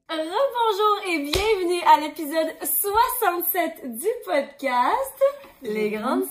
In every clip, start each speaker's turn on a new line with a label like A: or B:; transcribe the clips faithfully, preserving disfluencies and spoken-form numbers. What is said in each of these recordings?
A: Rebonjour et bienvenue à l'épisode soixante-sept du podcast Les Grandes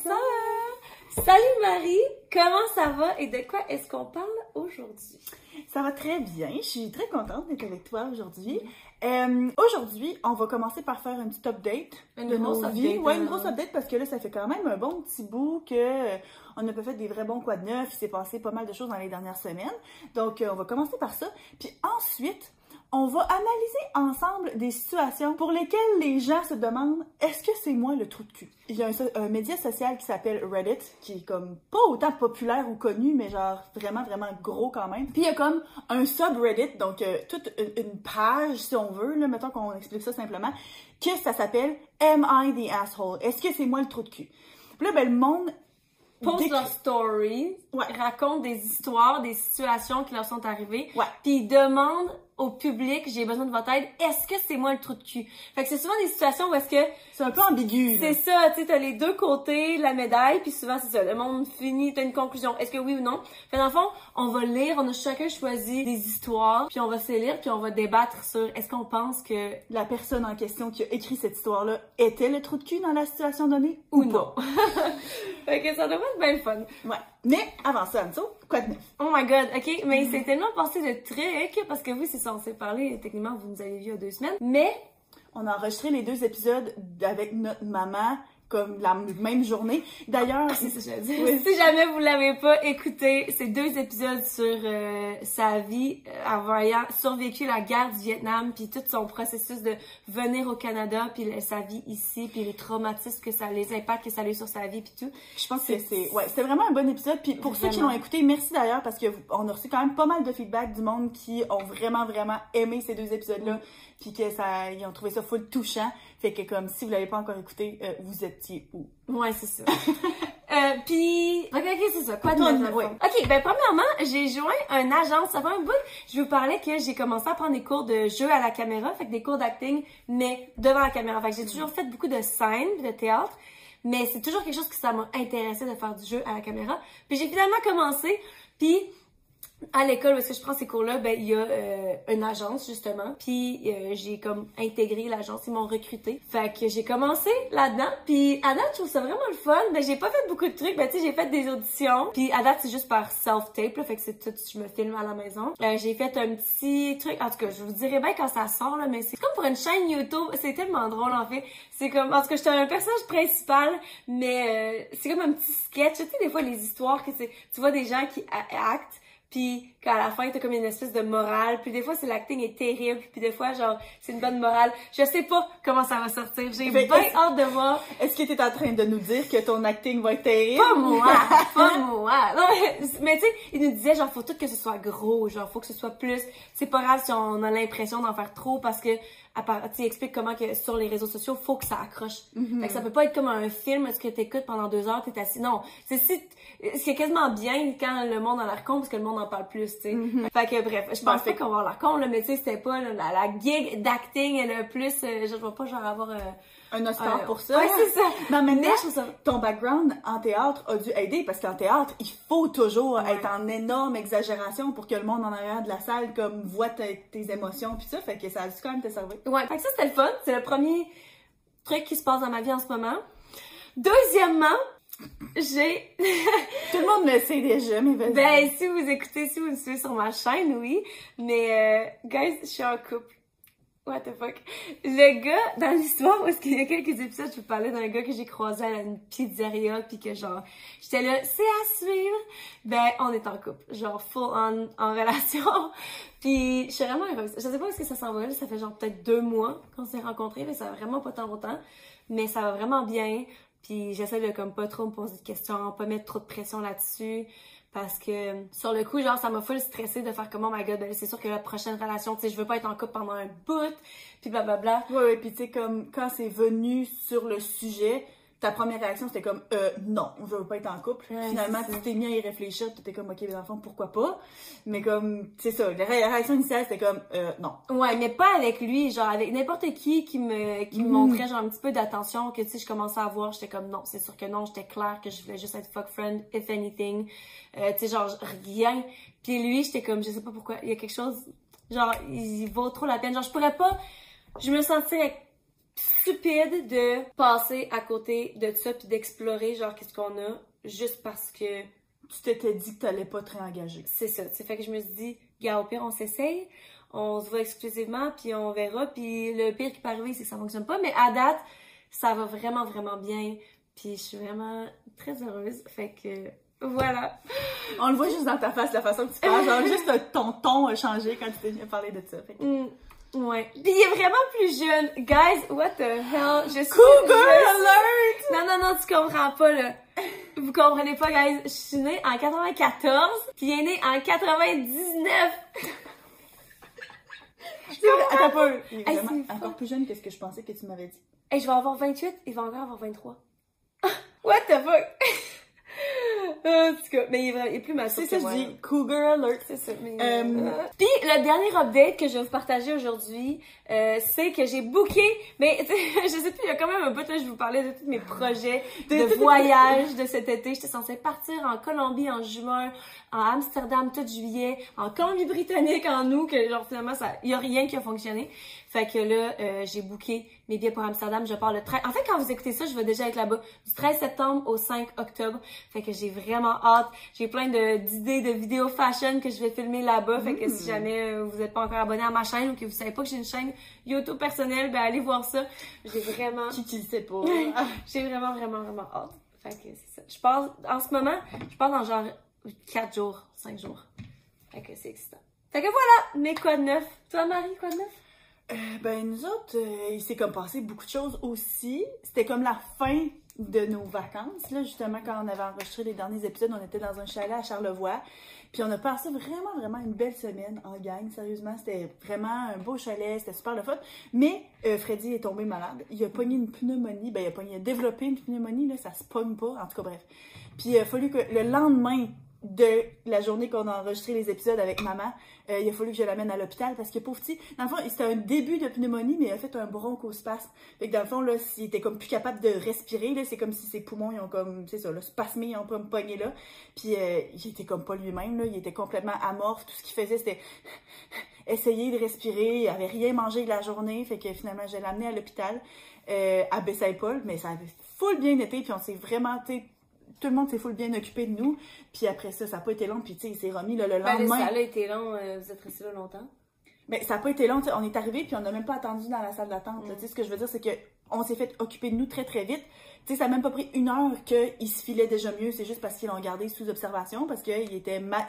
A: Sœurs. Salut Marie, comment ça va et de quoi est-ce qu'on parle aujourd'hui?
B: Ça va très bien, je suis très contente d'être avec toi aujourd'hui. Euh, aujourd'hui, on va commencer par faire un petit update
A: une
B: de nos
A: update,
B: vies. Ouais, une
A: hein.
B: grosse update parce que là, ça fait quand même un bon petit bout que euh, on n'a pas fait des vrais bons quoi de neuf. Il s'est passé pas mal de choses dans les dernières semaines. Donc, euh, on va commencer par ça. Puis ensuite, on va analyser ensemble des situations pour lesquelles les gens se demandent « Est-ce que c'est moi le trou de cul? » Il y a un, un média social qui s'appelle Reddit, qui est comme pas autant populaire ou connu, mais genre vraiment, vraiment gros quand même. Puis il y a comme un subreddit, donc euh, toute une, une page, si on veut, là, mettons qu'on explique ça simplement, que ça s'appelle « Am I the asshole? » Est-ce que c'est moi le trou de cul? Puis là, ben le monde
A: Poste
B: Décrit...
A: leur story,
B: ouais.
A: racontent des histoires, des situations qui leur sont arrivées,
B: ouais.
A: puis ils demandent au public, j'ai besoin de votre aide, est-ce que c'est moi le trou de cul? Fait que c'est souvent des situations où est-ce que...
B: C'est un peu ambigu.
A: C'est ça, tu sais, t'as les deux côtés de la médaille, puis souvent c'est ça, le monde finit, t'as une conclusion, est-ce que oui ou non? Fait dans le fond, on va lire, on a chacun choisi des histoires, puis on va se les lire, puis on va débattre sur est-ce qu'on pense que...
B: la personne en question qui a écrit cette histoire-là était le trou de cul dans la situation donnée
A: ou,
B: ou
A: non? Fait que ça devrait être bien le fun.
B: Ouais. Mais avant ça, Anso, quoi de neuf?
A: Oh my god, ok, mais il s'est tellement passé de trucs, parce que oui, c'est ça, on s'est parlé, techniquement, vous nous avez vu il y a deux semaines, mais...
B: On a enregistré les deux épisodes avec notre maman, comme la même journée. D'ailleurs,
A: c'est ça que je veux dire. Oui. Si jamais vous l'avez pas écouté, c'est deux épisodes sur euh, sa vie, euh, ayant survécu la guerre du Vietnam, puis tout son processus de venir au Canada, puis sa vie ici, puis les traumatismes que ça, les impacts que ça a eu sur sa vie, puis tout.
B: Je pense que c'est, ouais, c'était vraiment un bon épisode. Puis pour vraiment. Ceux qui l'ont écouté, merci d'ailleurs parce que on a reçu quand même pas mal de feedback du monde qui ont vraiment vraiment aimé ces deux épisodes-là. Mm. Puis que ça, ils ont trouvé ça full touchant. Fait que comme si vous l'avez pas encore écouté, euh, vous étiez où?
A: Ouais, c'est ça. euh, puis, ok, ok, c'est ça. Quoi de neuf?
B: Oui.
A: Ok, ben premièrement, j'ai joint une agence. Ça fait un bout. Je vous parlais que j'ai commencé à prendre des cours de jeu à la caméra, fait que des cours d'acting, mais devant la caméra. Fait que j'ai toujours fait beaucoup de scènes, de théâtre, mais c'est toujours quelque chose que ça m'a intéressé de faire du jeu à la caméra. Puis j'ai finalement commencé, puis à l'école où est-ce que je prends ces cours-là, ben il y a euh, une agence justement, puis euh, j'ai comme intégré l'agence, ils m'ont recruté. Fait que j'ai commencé là-dedans, puis à date je trouve ça vraiment le fun. Ben j'ai pas fait beaucoup de trucs, ben tu sais j'ai fait des auditions, puis à date c'est juste par self-tape là, fait que c'est tout, je me filme à la maison. Euh, j'ai fait un petit truc, en tout cas je vous dirai bien quand ça sort là, mais c'est comme pour une chaîne YouTube, c'est tellement drôle en fait. C'est comme, en tout cas j'étais un personnage principal, mais euh, c'est comme un petit sketch. Tu sais des fois les histoires que c'est, tu vois des gens qui actent. Puis qu'à la fin t'as comme une espèce de morale, puis des fois c'est l'acting est terrible, puis des fois genre c'est une bonne morale. Je sais pas comment ça va sortir, j'ai bien hâte de voir.
B: Est-ce que t'es en train de nous dire que ton acting va être terrible?
A: Pas moi, pas moi. Non mais, mais tu sais, il nous disait genre faut tout que ce soit gros, genre faut que ce soit plus. C'est pas grave si on a l'impression d'en faire trop parce que à part, tu expliques comment que sur les réseaux sociaux faut que ça accroche. Mm-hmm. Fait que ça peut pas être comme un film, est-ce que t'écoutes pendant deux heures t'es assis. Non, c'est si c'est quasiment bien quand le monde en a l'air con parce que le monde en parle plus, tu sais. Mm-hmm. Fait que bref, je pense pas qu'on va avoir l'air con là, mais tu sais c'était pas là, la, la gig d'acting le plus, euh, je vois pas genre avoir euh,
B: un Oscar euh, pour ça.
A: Ouais, c'est ça.
B: Mais maintenant, ça... ton background en théâtre a dû aider parce qu'en théâtre, il faut toujours ouais. être en énorme exagération pour que le monde en arrière de la salle comme voit tes, tes émotions puis ça, fait que ça a dû quand même te servir.
A: Ouais, fait que ça c'était le fun, c'est le premier truc qui se passe dans ma vie en ce moment. Deuxièmement, j'ai...
B: Tout le monde le sait déjà, mais vas-y.
A: Ben, si vous écoutez, si vous me suivez sur ma chaîne, oui. Mais, euh, guys, je suis en couple. What the fuck? Le gars, dans l'histoire, parce qu'il y a quelques épisodes, je vous parlais d'un gars que j'ai croisé à une pizzeria, puis que genre, j'étais là, c'est à suivre. Ben, on est en couple. Genre, full on, en relation. Puis, je suis vraiment heureuse. Je sais pas où est-ce que ça s'en va, là. Ça fait genre peut-être deux mois qu'on s'est rencontrés, mais ça va vraiment pas tant longtemps. Mais ça va vraiment bien. Puis j'essaie de comme pas trop me poser de questions, pas mettre trop de pression là-dessus. Parce que sur le coup, genre, ça m'a full stressé de faire comme oh my god, ben c'est sûr que la prochaine relation, tu sais, je veux pas être en couple pendant un bout, puis blablabla.
B: Ouais, ouais, puis tu sais, comme quand c'est venu sur le sujet, ta première réaction c'était comme euh non, je veux pas être en couple. Ouais, finalement tu t'es mis à y réfléchir, tu t'es comme ok les enfants pourquoi pas, mais comme c'est ça, la réaction initiale c'était comme euh non.
A: Ouais, mais pas avec lui, genre avec n'importe qui qui me qui me mmh. montrait genre un petit peu d'attention que tu sais je commençais à voir, j'étais comme non, c'est sûr que non, j'étais claire que je voulais juste être fuck friend if anything, euh, tu sais genre rien. Puis lui j'étais comme je sais pas pourquoi, il y a quelque chose Genre, il, il vaut trop la peine. Genre, je pourrais pas... Je me sentirais stupide de passer à côté de ça puis d'explorer, genre, qu'est-ce qu'on a, juste parce que...
B: Tu t'étais dit que t'allais pas te réengager.
A: C'est ça. C'est fait que je me suis dit, gars, au pire, on s'essaye, on se voit exclusivement, puis on verra. Puis le pire qui peut arriver, c'est que ça fonctionne pas. Mais à date, ça va vraiment, vraiment bien. Puis je suis vraiment très heureuse. Fait que... Voilà.
B: On le voit juste dans ta face, la façon que tu parles. Genre, juste ton ton a changé quand tu t'es parlé de ça. Fait que...
A: mm, ouais. Puis il est vraiment plus jeune. Guys, what the hell? Je suis...
B: Cougar
A: je...
B: alert!
A: Non, non, non, tu comprends pas, là. Vous comprenez pas, guys. Je suis née en quatre-vingt-quatorze, puis il est né en quatre-vingt-dix-neuf.
B: Attends pas. Il est
A: Hey,
B: vraiment
A: c'est
B: encore
A: fun.
B: plus jeune que ce que je pensais que tu m'avais dit.
A: Hey, je vais avoir vingt-huit, il va encore avoir vingt-trois. What the fuck? En tout cas, mais il est, vraiment, il est plus mature
B: C'est
A: que
B: ça, je
A: moi.
B: dis Cougar alert.
A: C'est ça. Mais,
B: Euh,
A: euh... Puis le dernier update que je vais vous partager aujourd'hui, euh, c'est que j'ai booké, mais je sais plus, il y a quand même un bout là, je vous parlais de tous mes projets de voyage de cet été. J'étais censée partir en Colombie en juin, en Amsterdam tout juillet, en Colombie-Britannique en août, que genre finalement ça, il y a rien qui a fonctionné. Fait que là, euh, j'ai booké mes billets pour Amsterdam. Je pars le treize. En fait, quand vous écoutez ça, je vais déjà être là-bas du treize septembre au cinq octobre. Fait que j'ai vraiment hâte. J'ai plein de d'idées de vidéos fashion que je vais filmer là-bas. Fait que si jamais euh, vous n'êtes pas encore abonné à ma chaîne ou que vous savez pas que j'ai une chaîne YouTube personnelle, ben allez voir ça. J'ai vraiment,
B: Qui qui le sait pas.
A: j'ai vraiment, vraiment, vraiment hâte. Fait que c'est ça. Je pars, en ce moment, je pars dans genre quatre jours, cinq jours. Fait que c'est excitant. Fait que voilà, mais quoi de neuf? Toi, Marie, quoi de neuf?
B: Euh, ben, nous autres, euh, il s'est comme passé beaucoup de choses aussi. C'était comme la fin de nos vacances, là, justement, quand on avait enregistré les derniers épisodes, on était dans un chalet à Charlevoix. Puis on a passé vraiment, vraiment une belle semaine en gang, sérieusement. C'était vraiment un beau chalet, c'était super le fun. Mais euh, Freddy est tombé malade. Il a pogné une pneumonie. Ben, il a, pogné, il a développé une pneumonie, là, ça se pogne pas. En tout cas, bref. Puis il a fallu que le lendemain de la journée qu'on a enregistré les épisodes avec maman, euh, il a fallu que je l'amène à l'hôpital parce que pauvre petit, dans le fond, c'était un début de pneumonie, mais il a fait un bronchospasme. Fait que dans le fond, là, s'il était comme plus capable de respirer, là, c'est comme si ses poumons, ils ont comme, c'est ça, là, spasmé, ils ont comme pogné là. Puis euh, il était comme pas lui-même, là, il était complètement amorphe. Tout ce qu'il faisait, c'était essayer de respirer. Il avait rien mangé de la journée. Fait que finalement, je l'ai amené à l'hôpital, euh, à Baie-Saint-Paul, mais ça avait full bien été, puis on s'est vraiment, tu sais, tout le monde s'est full bien occupé de nous. Puis après ça, ça n'a pas été long. Puis tu sais, il s'est remis là, le lendemain.
A: Ben, ça a été long. Euh, vous êtes restés là longtemps?
B: Mais ça n'a pas été long. On est arrivé puis on n'a même pas attendu dans la salle d'attente. Mm. Ce que je veux dire, c'est qu'on s'est fait occuper de nous très, très vite. T'sais, ça n'a même pas pris une heure qu'il se filait déjà mieux. C'est juste parce qu'ils l'ont gardé sous observation. Parce qu'il était mal.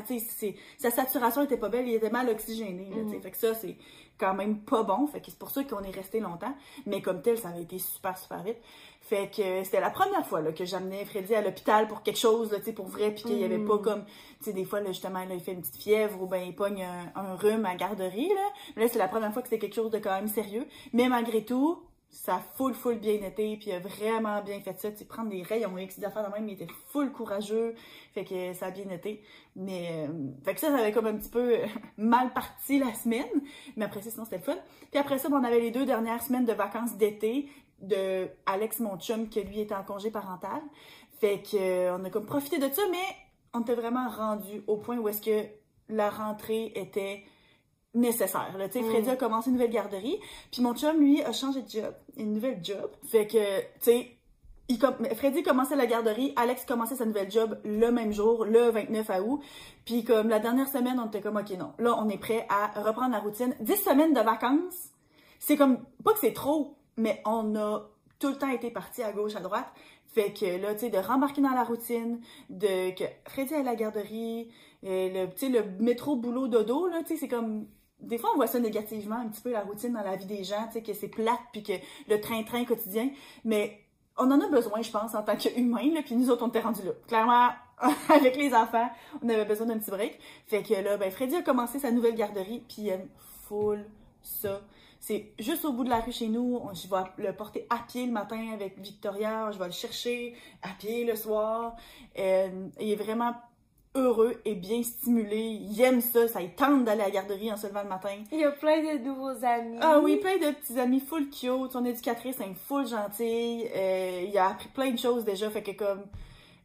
B: Sa saturation était pas belle. Il était mal oxygéné. Là, mm. Fait que ça, c'est quand même pas bon. Fait que c'est pour ça qu'on est resté longtemps. Mais comme tel, ça avait été super, super vite. Fait que c'était la première fois là, que j'amenais Freddy à l'hôpital pour quelque chose, là, pour vrai, puis qu'il n'y avait pas comme, tu sais, des fois, là, justement, là, il fait une petite fièvre ou ben il pogne un, un rhume à garderie, là. Mais là, c'est la première fois que c'était quelque chose de quand même sérieux. Mais malgré tout, ça a full, full bien été, puis il a vraiment bien fait ça, tu sais, prendre des rayons X d'affaires de même, il était full courageux, fait que ça a bien été. Mais, euh, fait que ça, ça avait comme un petit peu mal parti la semaine, mais après ça, sinon, c'était le fun. Puis après ça, on avait les deux dernières semaines de vacances d'été, de Alex, mon chum, que lui était en congé parental. Fait que euh, on a comme profité de ça, mais on était vraiment rendu au point où est-ce que la rentrée était nécessaire. Là. Mm. Freddy a commencé une nouvelle garderie, puis mon chum, lui, a changé de job, une nouvelle job. Fait que, tu sais, il com Freddy commençait la garderie, Alex commençait sa nouvelle job le même jour, le vingt-neuf août. Puis comme la dernière semaine, on était comme, OK, non, là, on est prêt à reprendre la routine. dix semaines de vacances, c'est comme, pas que c'est trop, mais on a tout le temps été partis à gauche, à droite. Fait que là, tu sais, de rembarquer dans la routine, de que Freddy à la garderie, le, tu sais, le métro, boulot, dodo, là, tu sais, c'est comme... Des fois, on voit ça négativement, un petit peu, la routine dans la vie des gens, tu sais, que c'est plate, puis que le train-train quotidien. Mais on en a besoin, je pense, en tant qu'humain, là, puis nous autres, on était rendus là. Clairement, avec les enfants, on avait besoin d'un petit break. Fait que là, ben, Freddy a commencé sa nouvelle garderie, puis il aime full ça. C'est juste au bout de la rue chez nous. Je vais le porter à pied le matin avec Victoria. Je vais le chercher à pied le soir. Euh, il est vraiment heureux et bien stimulé. Il aime ça. Ça il tente d'aller à la garderie en se levant le matin.
A: Il y a plein de nouveaux amis.
B: Ah oui, plein de petits amis full cute. Son éducatrice est une full gentille. Euh, il a appris plein de choses déjà. Fait que comme...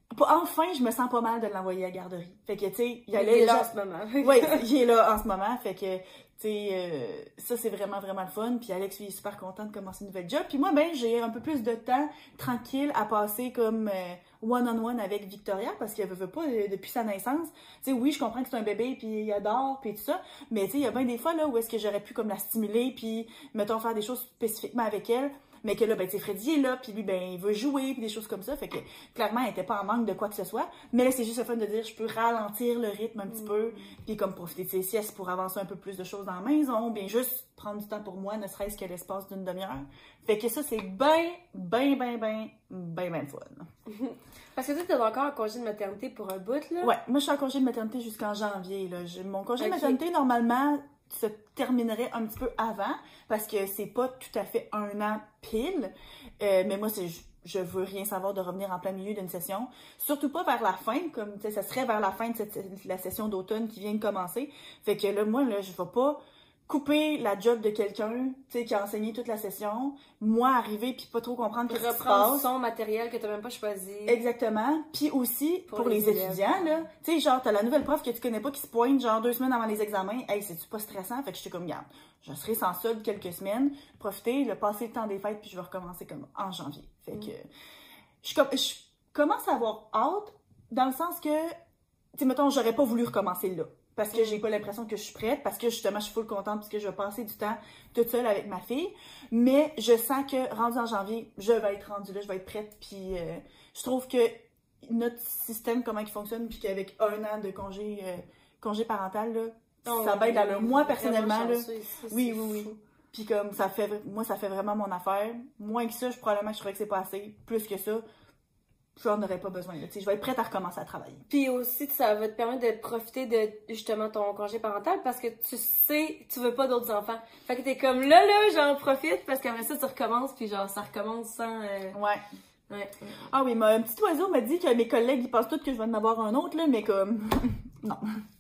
B: enfin, je me sens pas mal de l'envoyer à la garderie. Fait que, tu sais, il y
A: Il est là
B: déjà...
A: en ce moment.
B: Oui, il est là en ce moment. Fait que, tu sais, euh, ça, c'est vraiment, vraiment le fun. Puis Alex, lui, est super content de commencer une nouvelle job. Puis moi, ben, j'ai un peu plus de temps tranquille à passer comme euh, one-on-one avec Victoria parce qu'elle veut, veut pas euh, depuis sa naissance. Tu sais, oui, je comprends que c'est un bébé, puis il adore, puis tout ça. Mais, tu sais, il y a bien des fois, là, où est-ce que j'aurais pu comme la stimuler, puis, mettons, faire des choses spécifiquement avec elle. Mais que là, ben, tu sais, Freddy est là, puis lui, ben, il veut jouer, puis des choses comme ça. Fait que, clairement, elle était pas en manque de quoi que ce soit. Mais là, c'est juste le fun de dire, je peux ralentir le rythme un petit mm. peu, puis comme profiter de ses siestes pour avancer un peu plus de choses dans la maison, bien juste prendre du temps pour moi, ne serait-ce que l'espace d'une demi-heure. Fait que ça, c'est ben, ben, ben, ben, ben, ben fun.
A: Parce que toi, t'es encore en congé de maternité pour un bout, là?
B: Ouais, moi, je suis en congé de maternité jusqu'en janvier, là. Mon congé
A: okay.
B: de maternité, normalement, se terminerait un petit peu avant parce que c'est pas tout à fait un an pile. Euh, mais moi, c'est je veux rien savoir de revenir en plein milieu d'une session. Surtout pas vers la fin, comme tu sais, ça serait vers la fin de cette, la session d'automne qui vient de commencer. Fait que là, moi, là, je vais pas couper la job de quelqu'un, tu sais, qui a enseigné toute la session, moi arriver puis pas trop comprendre ce qui se passe.
A: Reprendre son matériel que t'as même pas choisi.
B: Exactement. Puis aussi, pour, pour les, les étudiants, là, tu sais, genre, t'as la nouvelle prof que tu connais pas qui se pointe, genre, deux semaines avant les examens. Hey, c'est-tu pas stressant? Fait que j'étais comme, garde, je serai sans solde quelques semaines, profiter, le passer le temps des fêtes, puis je vais recommencer comme en janvier. Fait que, mm. je, je commence à avoir hâte, dans le sens que, tu sais, mettons, j'aurais pas voulu recommencer là. Parce que j'ai pas l'impression que je suis prête, parce que justement, je suis full contente, parce que je vais passer du temps toute seule avec ma fille. Mais je sens que, rendu en janvier, je vais être rendue là, je vais être prête. Puis euh, je trouve que notre système, comment il fonctionne, puis qu'avec un an de congé, euh, congé parental, là, oh, ça m'aide à le moi, personnellement, là. Oui, oui, oui. Puis comme ça fait, moi, ça fait vraiment mon affaire. Moins que ça, je probablement que je trouvais que c'est pas assez. Plus que ça, j'en aurais pas besoin. Là. Je vais être prête à recommencer à travailler.
A: Puis aussi, ça va te permettre de profiter de justement ton congé parental parce que tu sais, tu veux pas d'autres enfants. Fait que t'es comme là, là, j'en profite parce qu'après ça, tu recommences, puis genre, ça recommence sans... Euh...
B: Ouais.
A: Ouais.
B: Ah oui, mais un petit oiseau m'a dit que mes collègues, ils pensent tous que je vais en avoir un autre, là, mais comme... non.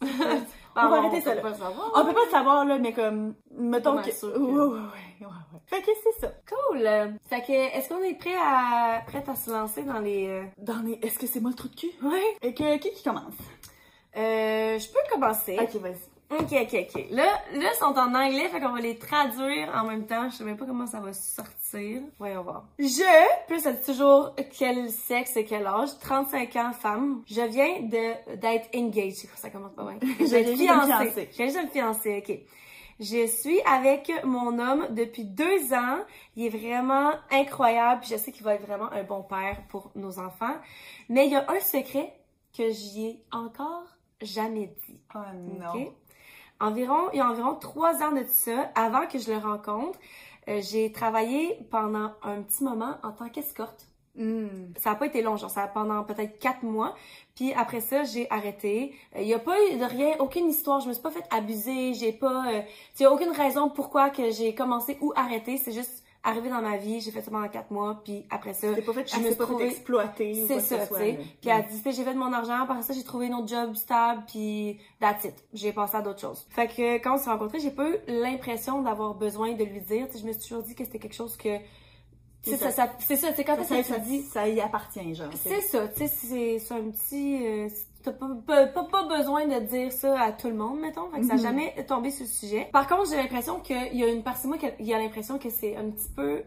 B: On va arrêter ça, là. On peut pas le savoir, là, mais comme... Mettons que...
A: que...
B: Ouais, ouais, ouais, ouais. Fait que c'est ça.
A: Cool! Fait que, est-ce qu'on est prêt à... prête à se lancer dans les... Euh...
B: Dans les... Est-ce que c'est moi le trou de cul?
A: Ouais.
B: Et que... Qui qui commence?
A: Euh... Je peux commencer.
B: Ok, vas-y.
A: Ok, ok, ok. Là, là, ils sont en anglais, fait qu'on va les traduire en même temps. Je sais même pas comment ça va sortir. Voyons voir. Je, plus ça dit toujours quel sexe et quel âge, trente-cinq ans, femme. Je viens de d'être engaged. Ça commence pas bien. Je viens de fiancée. Je viens de me fiancer, ok. Je suis avec mon homme depuis deux ans. Il est vraiment incroyable. Puis je sais qu'il va être vraiment un bon père pour nos enfants. Mais il y a un secret que j'y ai encore jamais dit.
B: Oh non.
A: Okay? Environ, il y a environ trois ans de ça, avant que je le rencontre, euh, j'ai travaillé pendant un petit moment en tant qu'escorte.
B: Mm.
A: Ça n'a pas été long, genre ça a pendant peut-être quatre mois. Puis après ça, j'ai arrêté. Il euh, n'y a pas eu de rien, aucune histoire. Je me suis pas fait abuser. J'ai pas, euh, il y a aucune raison pourquoi que j'ai commencé ou arrêté. C'est juste arrivé dans ma vie. J'ai fait ça pendant quatre mois. Puis après ça,
B: pas fait,
A: je me suis
B: pas
A: trouvé
B: exploité.
A: C'est ça, tu sais. Puis elle dit, j'ai fait de mon argent. Après ça, j'ai trouvé une autre job stable. Puis that's it. J'ai passé à d'autres choses. Fait que quand on s'est rencontrés, j'ai pas eu l'impression d'avoir besoin de lui dire. T'sais, je me suis toujours dit que c'était quelque chose que c'est ça, ça, c'est ça, c'est quand
B: ça,
A: ça,
B: ça dit, ça y appartient, genre.
A: C'est ça, tu sais, c'est un petit, euh, t'as pas, pas, pas, pas besoin de dire ça à tout le monde, mettons, fait que mm-hmm. ça n'a jamais tombé sur le sujet. Par contre, j'ai l'impression qu'il y a une partie de moi qui a l'impression que c'est un petit peu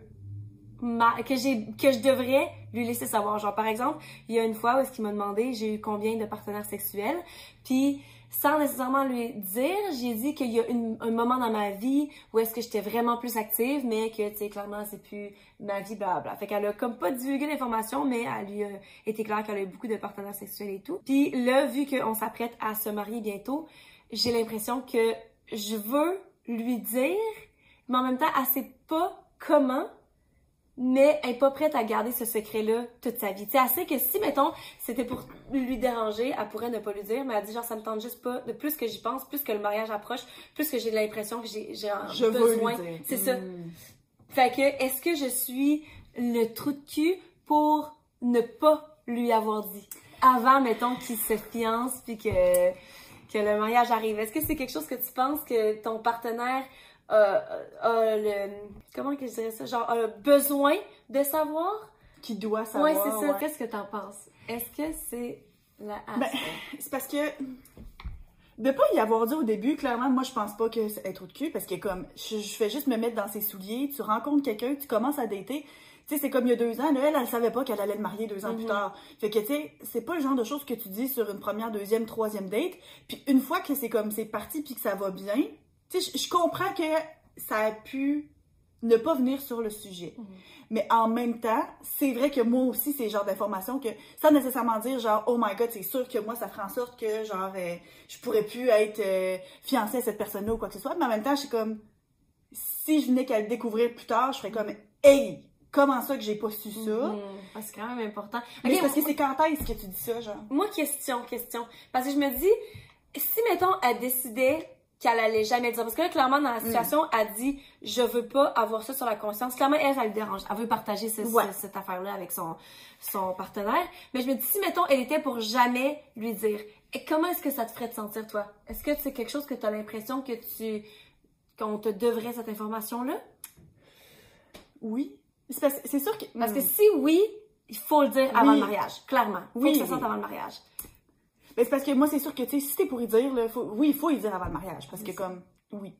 A: ma, que j'ai, que je devrais lui laisser savoir. Genre, par exemple, il y a une fois où est-ce qu'il m'a demandé, j'ai eu combien de partenaires sexuels, puis sans nécessairement lui dire, j'ai dit qu'il y a une, un moment dans ma vie où est-ce que j'étais vraiment plus active, mais que, tu sais, clairement, c'est plus ma vie, blablabla. Fait qu'elle a comme pas divulgué l'information, mais elle lui a été claire qu'elle a eu beaucoup de partenaires sexuels et tout. Puis là, vu qu'on s'apprête à se marier bientôt, j'ai l'impression que je veux lui dire, mais en même temps, elle sait pas comment, mais elle est pas prête à garder ce secret-là toute sa vie. Tu sais, elle sait que si, mettons, c'était pour lui déranger, elle pourrait ne pas lui dire, mais elle dit genre, ça me tente juste pas. De plus que j'y pense, plus que le mariage approche, plus que j'ai l'impression que j'ai
B: Je
A: besoin.
B: Veux lui dire.
A: C'est
B: mm.
A: ça. Fait que, est-ce que je suis le trou de cul pour ne pas lui avoir dit? Avant, mettons, qu'il se fiance puis que, que le mariage arrive. Est-ce que c'est quelque chose que tu penses que ton partenaire Euh, euh, le, comment que je dirais ça, genre, a besoin de savoir?
B: Qui doit savoir.
A: Ouais, c'est ça.
B: Ouais.
A: Qu'est-ce que t'en penses? Est-ce que c'est la hache?
B: Ben, c'est parce que de pas y avoir dit au début, clairement, moi je pense pas que c'est être au de cul, parce que comme je, je fais juste me mettre dans ses souliers, tu rencontres quelqu'un, tu commences à dater. Tu sais, c'est comme il y a deux ans, là, elle, elle savait pas qu'elle allait le marier deux ans mm-hmm. plus tard. Fait que, tu sais, c'est pas le genre de choses que tu dis sur une première, deuxième, troisième date. Puis une fois que c'est comme, c'est parti puis que ça va bien, tu sais, je, je comprends que ça a pu ne pas venir sur le sujet. Mm-hmm. Mais en même temps, c'est vrai que moi aussi, c'est le genre d'information que, sans nécessairement dire genre, oh my god, c'est sûr que moi, ça ferait en sorte que, genre, euh, je pourrais plus être euh, fiancée à cette personne-là ou quoi que ce soit. Mais en même temps, je suis comme, si je venais qu'à le découvrir plus tard, je serais comme, hey! Comment ça que j'ai pas su ça?
A: Mm-hmm. Ah, c'est quand même important.
B: Mais
A: okay,
B: parce que c'est quand est-ce que tu dis ça, genre?
A: Moi, question, question. Parce que je me dis, si, mettons, elle décidait qu'elle allait jamais dire, parce que là, clairement, dans la situation, mm. elle dit, je veux pas avoir ça sur la conscience. Clairement, elle, ça lui dérange. Elle veut partager ce, ouais. ce, cette affaire-là avec son, son partenaire. Mais je me dis, si, mettons, elle était pour jamais lui dire, et comment est-ce que ça te ferait te sentir, toi? Est-ce que c'est quelque chose que tu as l'impression que tu, qu'on te devrait cette information-là?
B: Oui. C'est sûr que...
A: Parce que si oui, il faut le dire avant oui. le mariage, clairement. Il faut oui, que ça sorte oui. avant le mariage.
B: Mais c'est parce que moi, c'est sûr que, tu sais, si t'es pour y dire, là, faut... oui, il faut y dire avant le mariage. Parce que, comme, oui.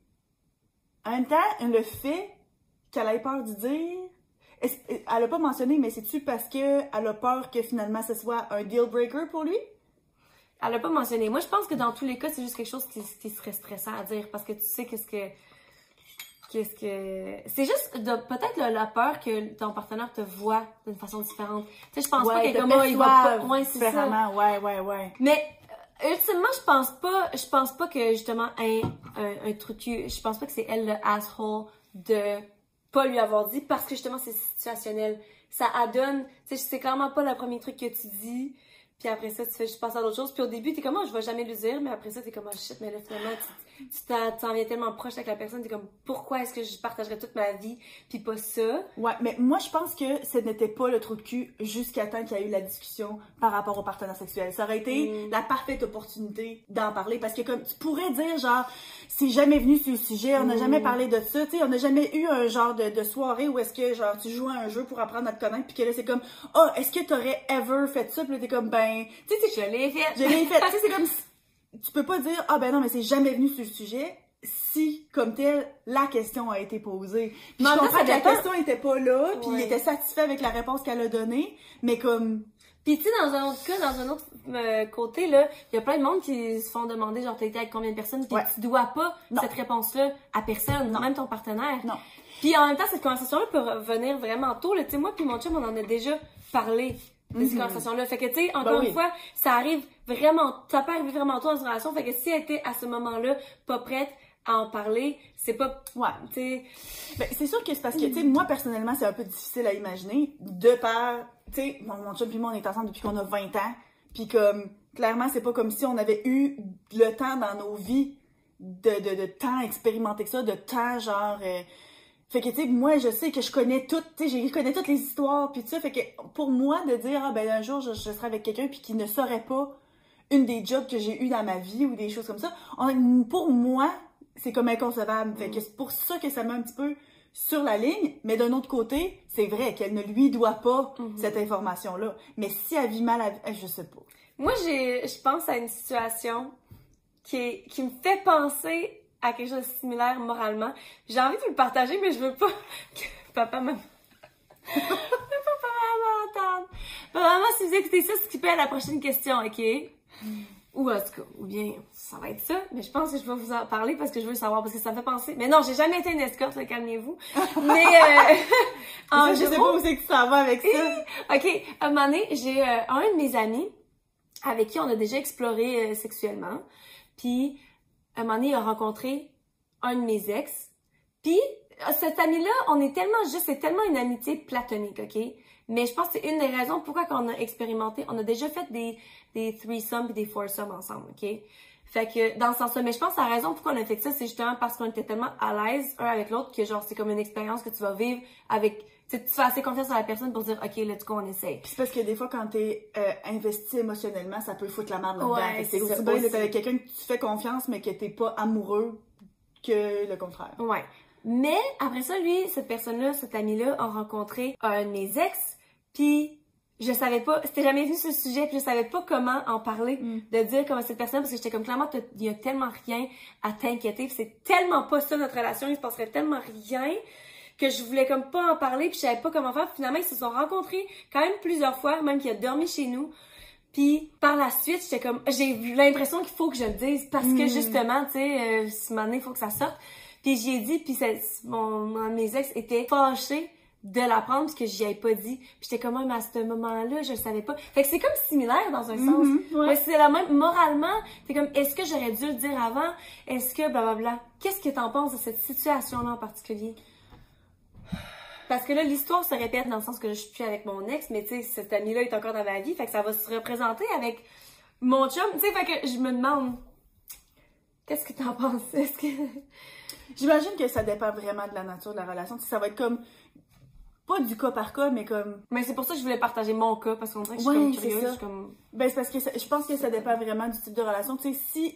B: En même temps, le fait qu'elle ait peur d'y dire... Elle a pas mentionné, mais c'est-tu parce qu'elle a peur que, finalement, ce soit un deal breaker pour lui?
A: Elle a pas mentionné. Moi, je pense que dans tous les cas, c'est juste quelque chose qui, qui serait stressant à dire. Parce que tu sais qu'est-ce que... Qu'est-ce que... C'est juste peut-être la, la peur que ton partenaire te voit d'une façon différente. Tu sais, je pense
B: ouais,
A: pas que comme il va pas...
B: Ouais, c'est ça. Ouais, ouais, ouais.
A: Mais, euh, ultimement, je pense pas, je pense pas que, justement, un, un, un truc, je pense pas que c'est elle le asshole de pas lui avoir dit parce que, justement, c'est situationnel. Ça adonne, tu sais, c'est clairement pas le premier truc que tu dis. Puis après ça, tu fais juste passer à d'autres choses. Puis au début, t'es comme, oh, je vais jamais lui dire. Mais après ça, t'es comme, oh shit, mais là, finalement, tu t'en viens tellement proche avec la personne. T'es comme, pourquoi est-ce que je partagerais toute ma vie, puis pas ça?
B: Ouais, mais moi, je pense que ce n'était pas le trou de cul jusqu'à temps qu'il y a eu la discussion par rapport au partenaire sexuel. Ça aurait été mm. la parfaite opportunité d'en parler. Parce que comme, tu pourrais dire, genre, c'est jamais venu sur le sujet, on n'a mm. jamais parlé de ça. Tu sais, on n'a jamais eu un genre de, de soirée où est-ce que, genre, tu joues à un jeu pour apprendre à te connaître, puis que là, c'est comme, oh, est-ce que t'aurais ever fait ça? Puis là, t'es comme, ben, tu sais,
A: je l'ai fait.
B: Je l'ai fait. Tu sais, c'est comme, tu peux pas dire, ah ben non, mais c'est jamais venu sur le sujet, si, comme tel, la question a été posée. Puis je comprends que la question était pas là, puis ouais. il était satisfait avec la réponse qu'elle a donnée, mais comme...
A: Puis tu sais, dans un autre cas, dans un autre euh, côté, là, il y a plein de monde qui se font demander, genre, t'as été avec combien de personnes, puis ouais. tu dois pas non. cette réponse-là à personne, non. même ton partenaire. Non. Puis en même temps, cette conversation-là peut revenir vraiment tôt, là. Tu sais, moi puis mon chum, on en a déjà parlé de ces mm-hmm. conversations-là. Fait que, tu sais, encore ben oui. une fois, ça arrive vraiment, ça peut arriver vraiment tôt dans une relation. Fait que si elle était à ce moment-là pas prête à en parler, c'est pas...
B: Ouais. Tu sais... Ben, c'est sûr que c'est parce que, tu sais, moi, personnellement, c'est un peu difficile à imaginer. De par... Tu sais, mon, mon chum puis moi, on est ensemble depuis qu'on a vingt ans. Puis comme, clairement, c'est pas comme si on avait eu le temps dans nos vies de, de, de temps expérimenter que ça, de temps, genre... Euh, Fait que, tu sais, moi, je sais que je connais toutes, tu sais, je connais toutes les histoires, puis tout ça. Fait que, pour moi, de dire, ah, ben, un jour, je, je serai avec quelqu'un, puis qui ne saurait pas une des jobs que j'ai eu dans ma vie, ou des choses comme ça, on, pour moi, c'est comme inconcevable. Fait que c'est pour ça que ça met un petit peu sur la ligne. Mais d'un autre côté, c'est vrai qu'elle ne lui doit pas mm-hmm. cette information-là. Mais si elle vit mal, à... je sais pas.
A: Moi, j'ai, je pense à une situation qui, est, qui me fait penser à quelque chose de similaire moralement. J'ai envie de vous le partager, mais je veux pas que papa, maman... je veux pas papa, maman entendre. Papa, maman, si vous écoutez ça, skippez à la prochaine question, OK? Ou en tout cas, ou bien, ça va être ça, mais je pense que je vais vous en parler parce que je veux savoir, parce que ça me fait penser... Mais non, j'ai jamais été une escorte, calmez-vous. Mais, euh...
B: en je gros... sais pas où c'est que tu t'en vas avec ça.
A: OK, à un moment donné, j'ai euh, un de mes amis avec qui on a déjà exploré euh, sexuellement, puis... à un moment donné, il a rencontré un de mes ex. Puis, cet ami-là, on est tellement juste, c'est tellement une amitié platonique, OK? Mais je pense que c'est une des raisons pourquoi quand on a expérimenté, on a déjà fait des, des threesomes et des foursomes ensemble, OK? Fait que, dans ce sens-là, mais je pense que la raison pourquoi on a fait ça, c'est justement parce qu'on était tellement à l'aise un avec l'autre que genre, c'est comme une expérience que tu vas vivre avec... Tu fais assez confiance à la personne pour dire, OK, let's go, on essaie.
B: Puis c'est parce que des fois, quand t'es euh, investi émotionnellement, ça peut foutre la merde là-dedans.
A: Ouais,
B: c'est aussi bien d'être avec quelqu'un que tu fais confiance, mais que t'es pas amoureux que le contraire.
A: Ouais. Mais, après ça, lui, cette personne-là, cet ami-là, a rencontré un de mes ex, puis je savais pas, c'était jamais venu ce sujet, puis je savais pas comment en parler,
B: Mm.
A: de dire comment cette personne, parce que j'étais comme, clairement, il y a tellement rien à t'inquiéter, puis c'est tellement pas ça notre relation, il se passerait tellement rien que je voulais comme pas en parler, puis je savais pas comment faire. Puis finalement, ils se sont rencontrés quand même plusieurs fois, même qu'il a dormi chez nous. Puis par la suite, j'étais comme, j'ai eu l'impression qu'il faut que je le dise, parce que
B: Mm.
A: justement, tu sais, euh, ce moment donné, il faut que ça sorte. Puis j'ai dit, puis c'est- mon, mon- mes ex étaient fâchés de l'apprendre parce que j'y avais pas dit. Puis j'étais comme, même à ce moment-là, je le savais pas. Fait que c'est comme similaire dans un sens.
B: Mm-hmm, ouais.
A: Mais c'est la même, moralement, t'es comme, est-ce que j'aurais dû le dire avant? Est-ce que, blablabla. Qu'est-ce que t'en penses de cette situation-là en particulier? Parce que là, l'histoire se répète dans le sens que je suis plus avec mon ex, mais tu sais, cet ami-là est encore dans ma vie, fait que ça va se représenter avec mon chum. Tu sais, fait que je me demande, qu'est-ce que t'en penses? Est-ce que...
B: J'imagine que ça dépend vraiment de la nature de la relation. Tu sais, ça va être comme, pas du cas par cas, mais comme...
A: Mais c'est pour ça que je voulais partager mon cas, parce qu'on dirait que je suis
B: Ouais,
A: comme
B: c'est
A: curieuse,
B: ça.
A: je suis comme...
B: Ben, c'est parce que ça- je pense que ça dépend vraiment du type de relation. Tu sais, si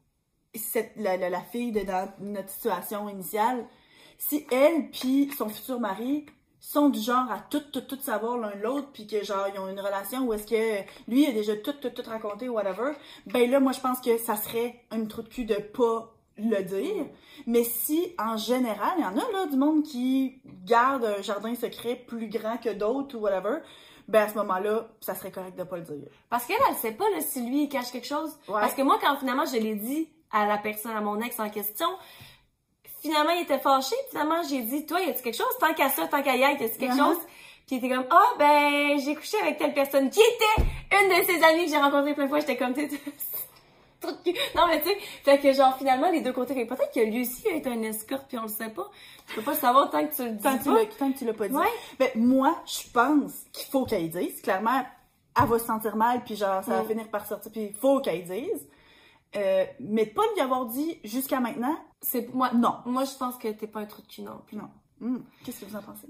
B: cette, la, la, la fille de dans notre situation initiale, si elle puis son futur mari sont du genre à tout, tout, tout savoir l'un l'autre, puis que genre, ils ont une relation où est-ce que lui a déjà tout, tout, tout raconté ou whatever, ben là, moi, je pense que ça serait un trou de cul de pas le dire. Mais si, en général, il y en a là du monde qui garde un jardin secret plus grand que d'autres ou whatever, ben à ce moment-là, ça serait correct de pas le dire.
A: Parce qu'elle, elle sait pas là, si lui, il cache quelque chose.
B: Ouais.
A: Parce que moi, quand finalement, je l'ai dit à la personne, à mon ex en question, finalement, il était fâché. Finalement, j'ai dit, toi, y a-tu quelque chose? Tant qu'à ça, tant qu'à y être, y a-tu quelque
B: Uh-huh.
A: chose? Puis il était comme, ah, oh, ben, j'ai couché avec telle personne qui était une de ses amies que j'ai rencontrées plein de fois. J'étais comme, tu sais, trop de cul. Non, mais tu sais, fait que genre, finalement, les deux côtés, peut-être que lui aussi a été un escorte, puis on le sait pas. Tu peux pas le savoir tant que tu le dis
B: Tant que tu
A: pas.
B: l'as- tant que tu l'as pas dit.
A: Ouais.
B: Ben, moi, je pense qu'il faut qu'elle dise. Clairement, elle va se sentir mal, puis genre, ça va
A: Mm.
B: finir par sortir, puis il faut qu'elle dise. Euh, mais de pas lui avoir dit jusqu'à maintenant,
A: C'est, moi,
B: non.
A: Moi, je pense que t'es pas un trou de cul non plus.
B: Non. Hum, Qu'est-ce que vous en pensez?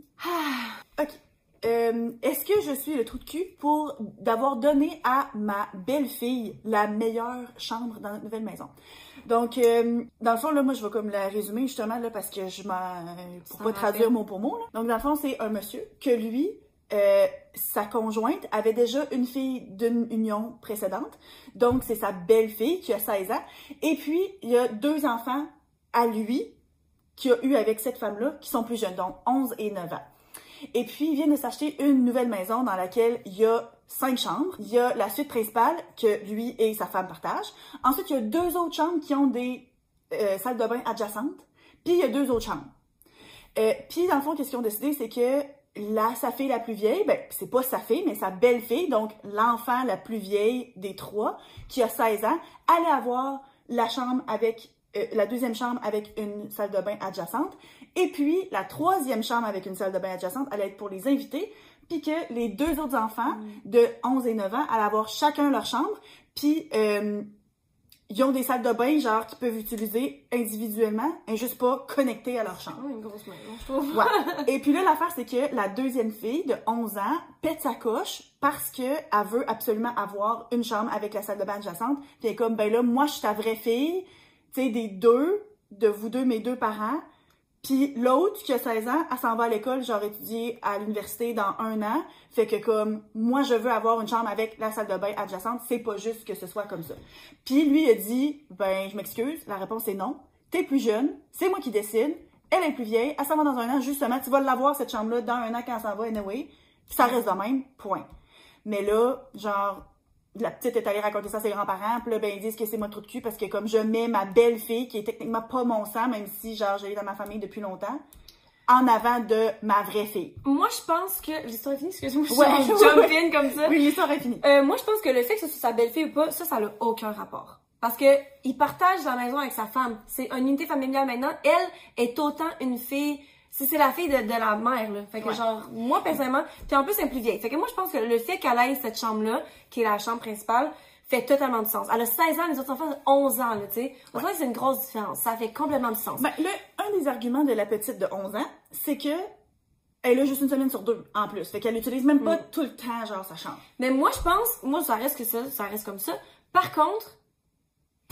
A: Ah.
B: OK. Euh, Est-ce que je suis le trou de cul pour d'avoir donné à ma belle-fille la meilleure chambre dans notre nouvelle maison? Donc, euh, dans le fond, là, moi, je vais comme la résumer justement, là, parce que je m'en... pour
A: Ça
B: pas
A: me
B: traduire
A: rappelle.
B: mot pour mot, là. Donc, dans le fond, c'est un monsieur que lui, euh, sa conjointe avait déjà une fille d'une union précédente. Donc, c'est sa belle-fille qui a seize ans. Et puis, il y a deux enfants à lui qu'il a eu avec cette femme-là qui sont plus jeunes, donc onze et neuf ans. Et puis, il vient de s'acheter une nouvelle maison dans laquelle il y a cinq chambres. Il y a la suite principale que lui et sa femme partagent. Ensuite, il y a deux autres chambres qui ont des euh, salles de bain adjacentes. Puis, il y a deux autres chambres. Euh, puis, dans le fond, qu'est-ce qu'ils ont décidé, c'est que la, sa fille la plus vieille, ben, c'est pas sa fille, mais sa belle-fille, donc l'enfant la plus vieille des trois, qui a seize ans, allait avoir la chambre avec Euh, la deuxième chambre avec une salle de bain adjacente. Et puis, la troisième chambre avec une salle de bain adjacente allait être pour les invités. Puis que les deux autres enfants de onze et neuf ans allaient avoir chacun leur chambre. Puis, euh, ils ont des salles de bain, genre, qu'ils peuvent utiliser individuellement et juste pas connectées à leur chambre.
A: Oh, une grosse maison, je trouve.
B: Ouais. Et puis là, l'affaire, c'est que la deuxième fille de onze ans pète sa coche parce qu'elle veut absolument avoir une chambre avec la salle de bain adjacente. Puis elle est comme, ben là, moi, je suis ta vraie fille. Tu sais, des deux, de vous deux, mes deux parents. Puis l'autre, qui a seize ans, elle s'en va à l'école, genre étudier à l'université dans un an. Fait que comme, moi, je veux avoir une chambre avec la salle de bain adjacente, c'est pas juste que ce soit comme ça. Puis lui, il a dit, ben, je m'excuse, la réponse est non. T'es plus jeune, c'est moi qui décide. Elle est plus vieille, elle s'en va dans un an, justement, tu vas l'avoir, cette chambre-là, dans un an quand elle s'en va, anyway. Puis ça reste de même, point. Mais là, genre, la petite est allée raconter ça à ses grands-parents, puis là, ben, ils disent que c'est moi le trou de cul parce que comme je mets ma belle-fille, qui est techniquement pas mon sang, même si, genre, je l'ai dans ma famille depuis longtemps, en avant de ma vraie fille.
A: Moi, je pense que... L'histoire est finie, excuse-moi, je
B: Ouais,
A: jump
B: ouais.
A: in comme ça.
B: Oui, l'histoire est finie.
A: Euh, moi, je pense que le fait que ce soit sa belle-fille ou pas, ça, ça n'a aucun rapport. Parce que il partage la maison avec sa femme. C'est une unité familiale maintenant. Elle est autant une fille... Si c'est la fille de, de la mère, là. Fait que
B: Ouais.
A: genre, moi, personnellement, puis en plus, elle est plus vieille. Fait que moi, je pense que le fait qu'elle ait cette chambre-là, qui est la chambre principale, fait totalement du sens. Elle a seize ans, les autres enfants ont onze ans, là, tu sais. On dirait que c'est une grosse différence. Ça fait complètement du sens.
B: Ben, le, un des arguments de la petite de onze ans, c'est que elle a juste une semaine sur deux, en plus. Fait qu'elle utilise même pas
A: Mm.
B: tout le temps, genre, sa chambre.
A: Mais moi, je pense, moi, ça reste que ça, ça reste comme ça. Par contre,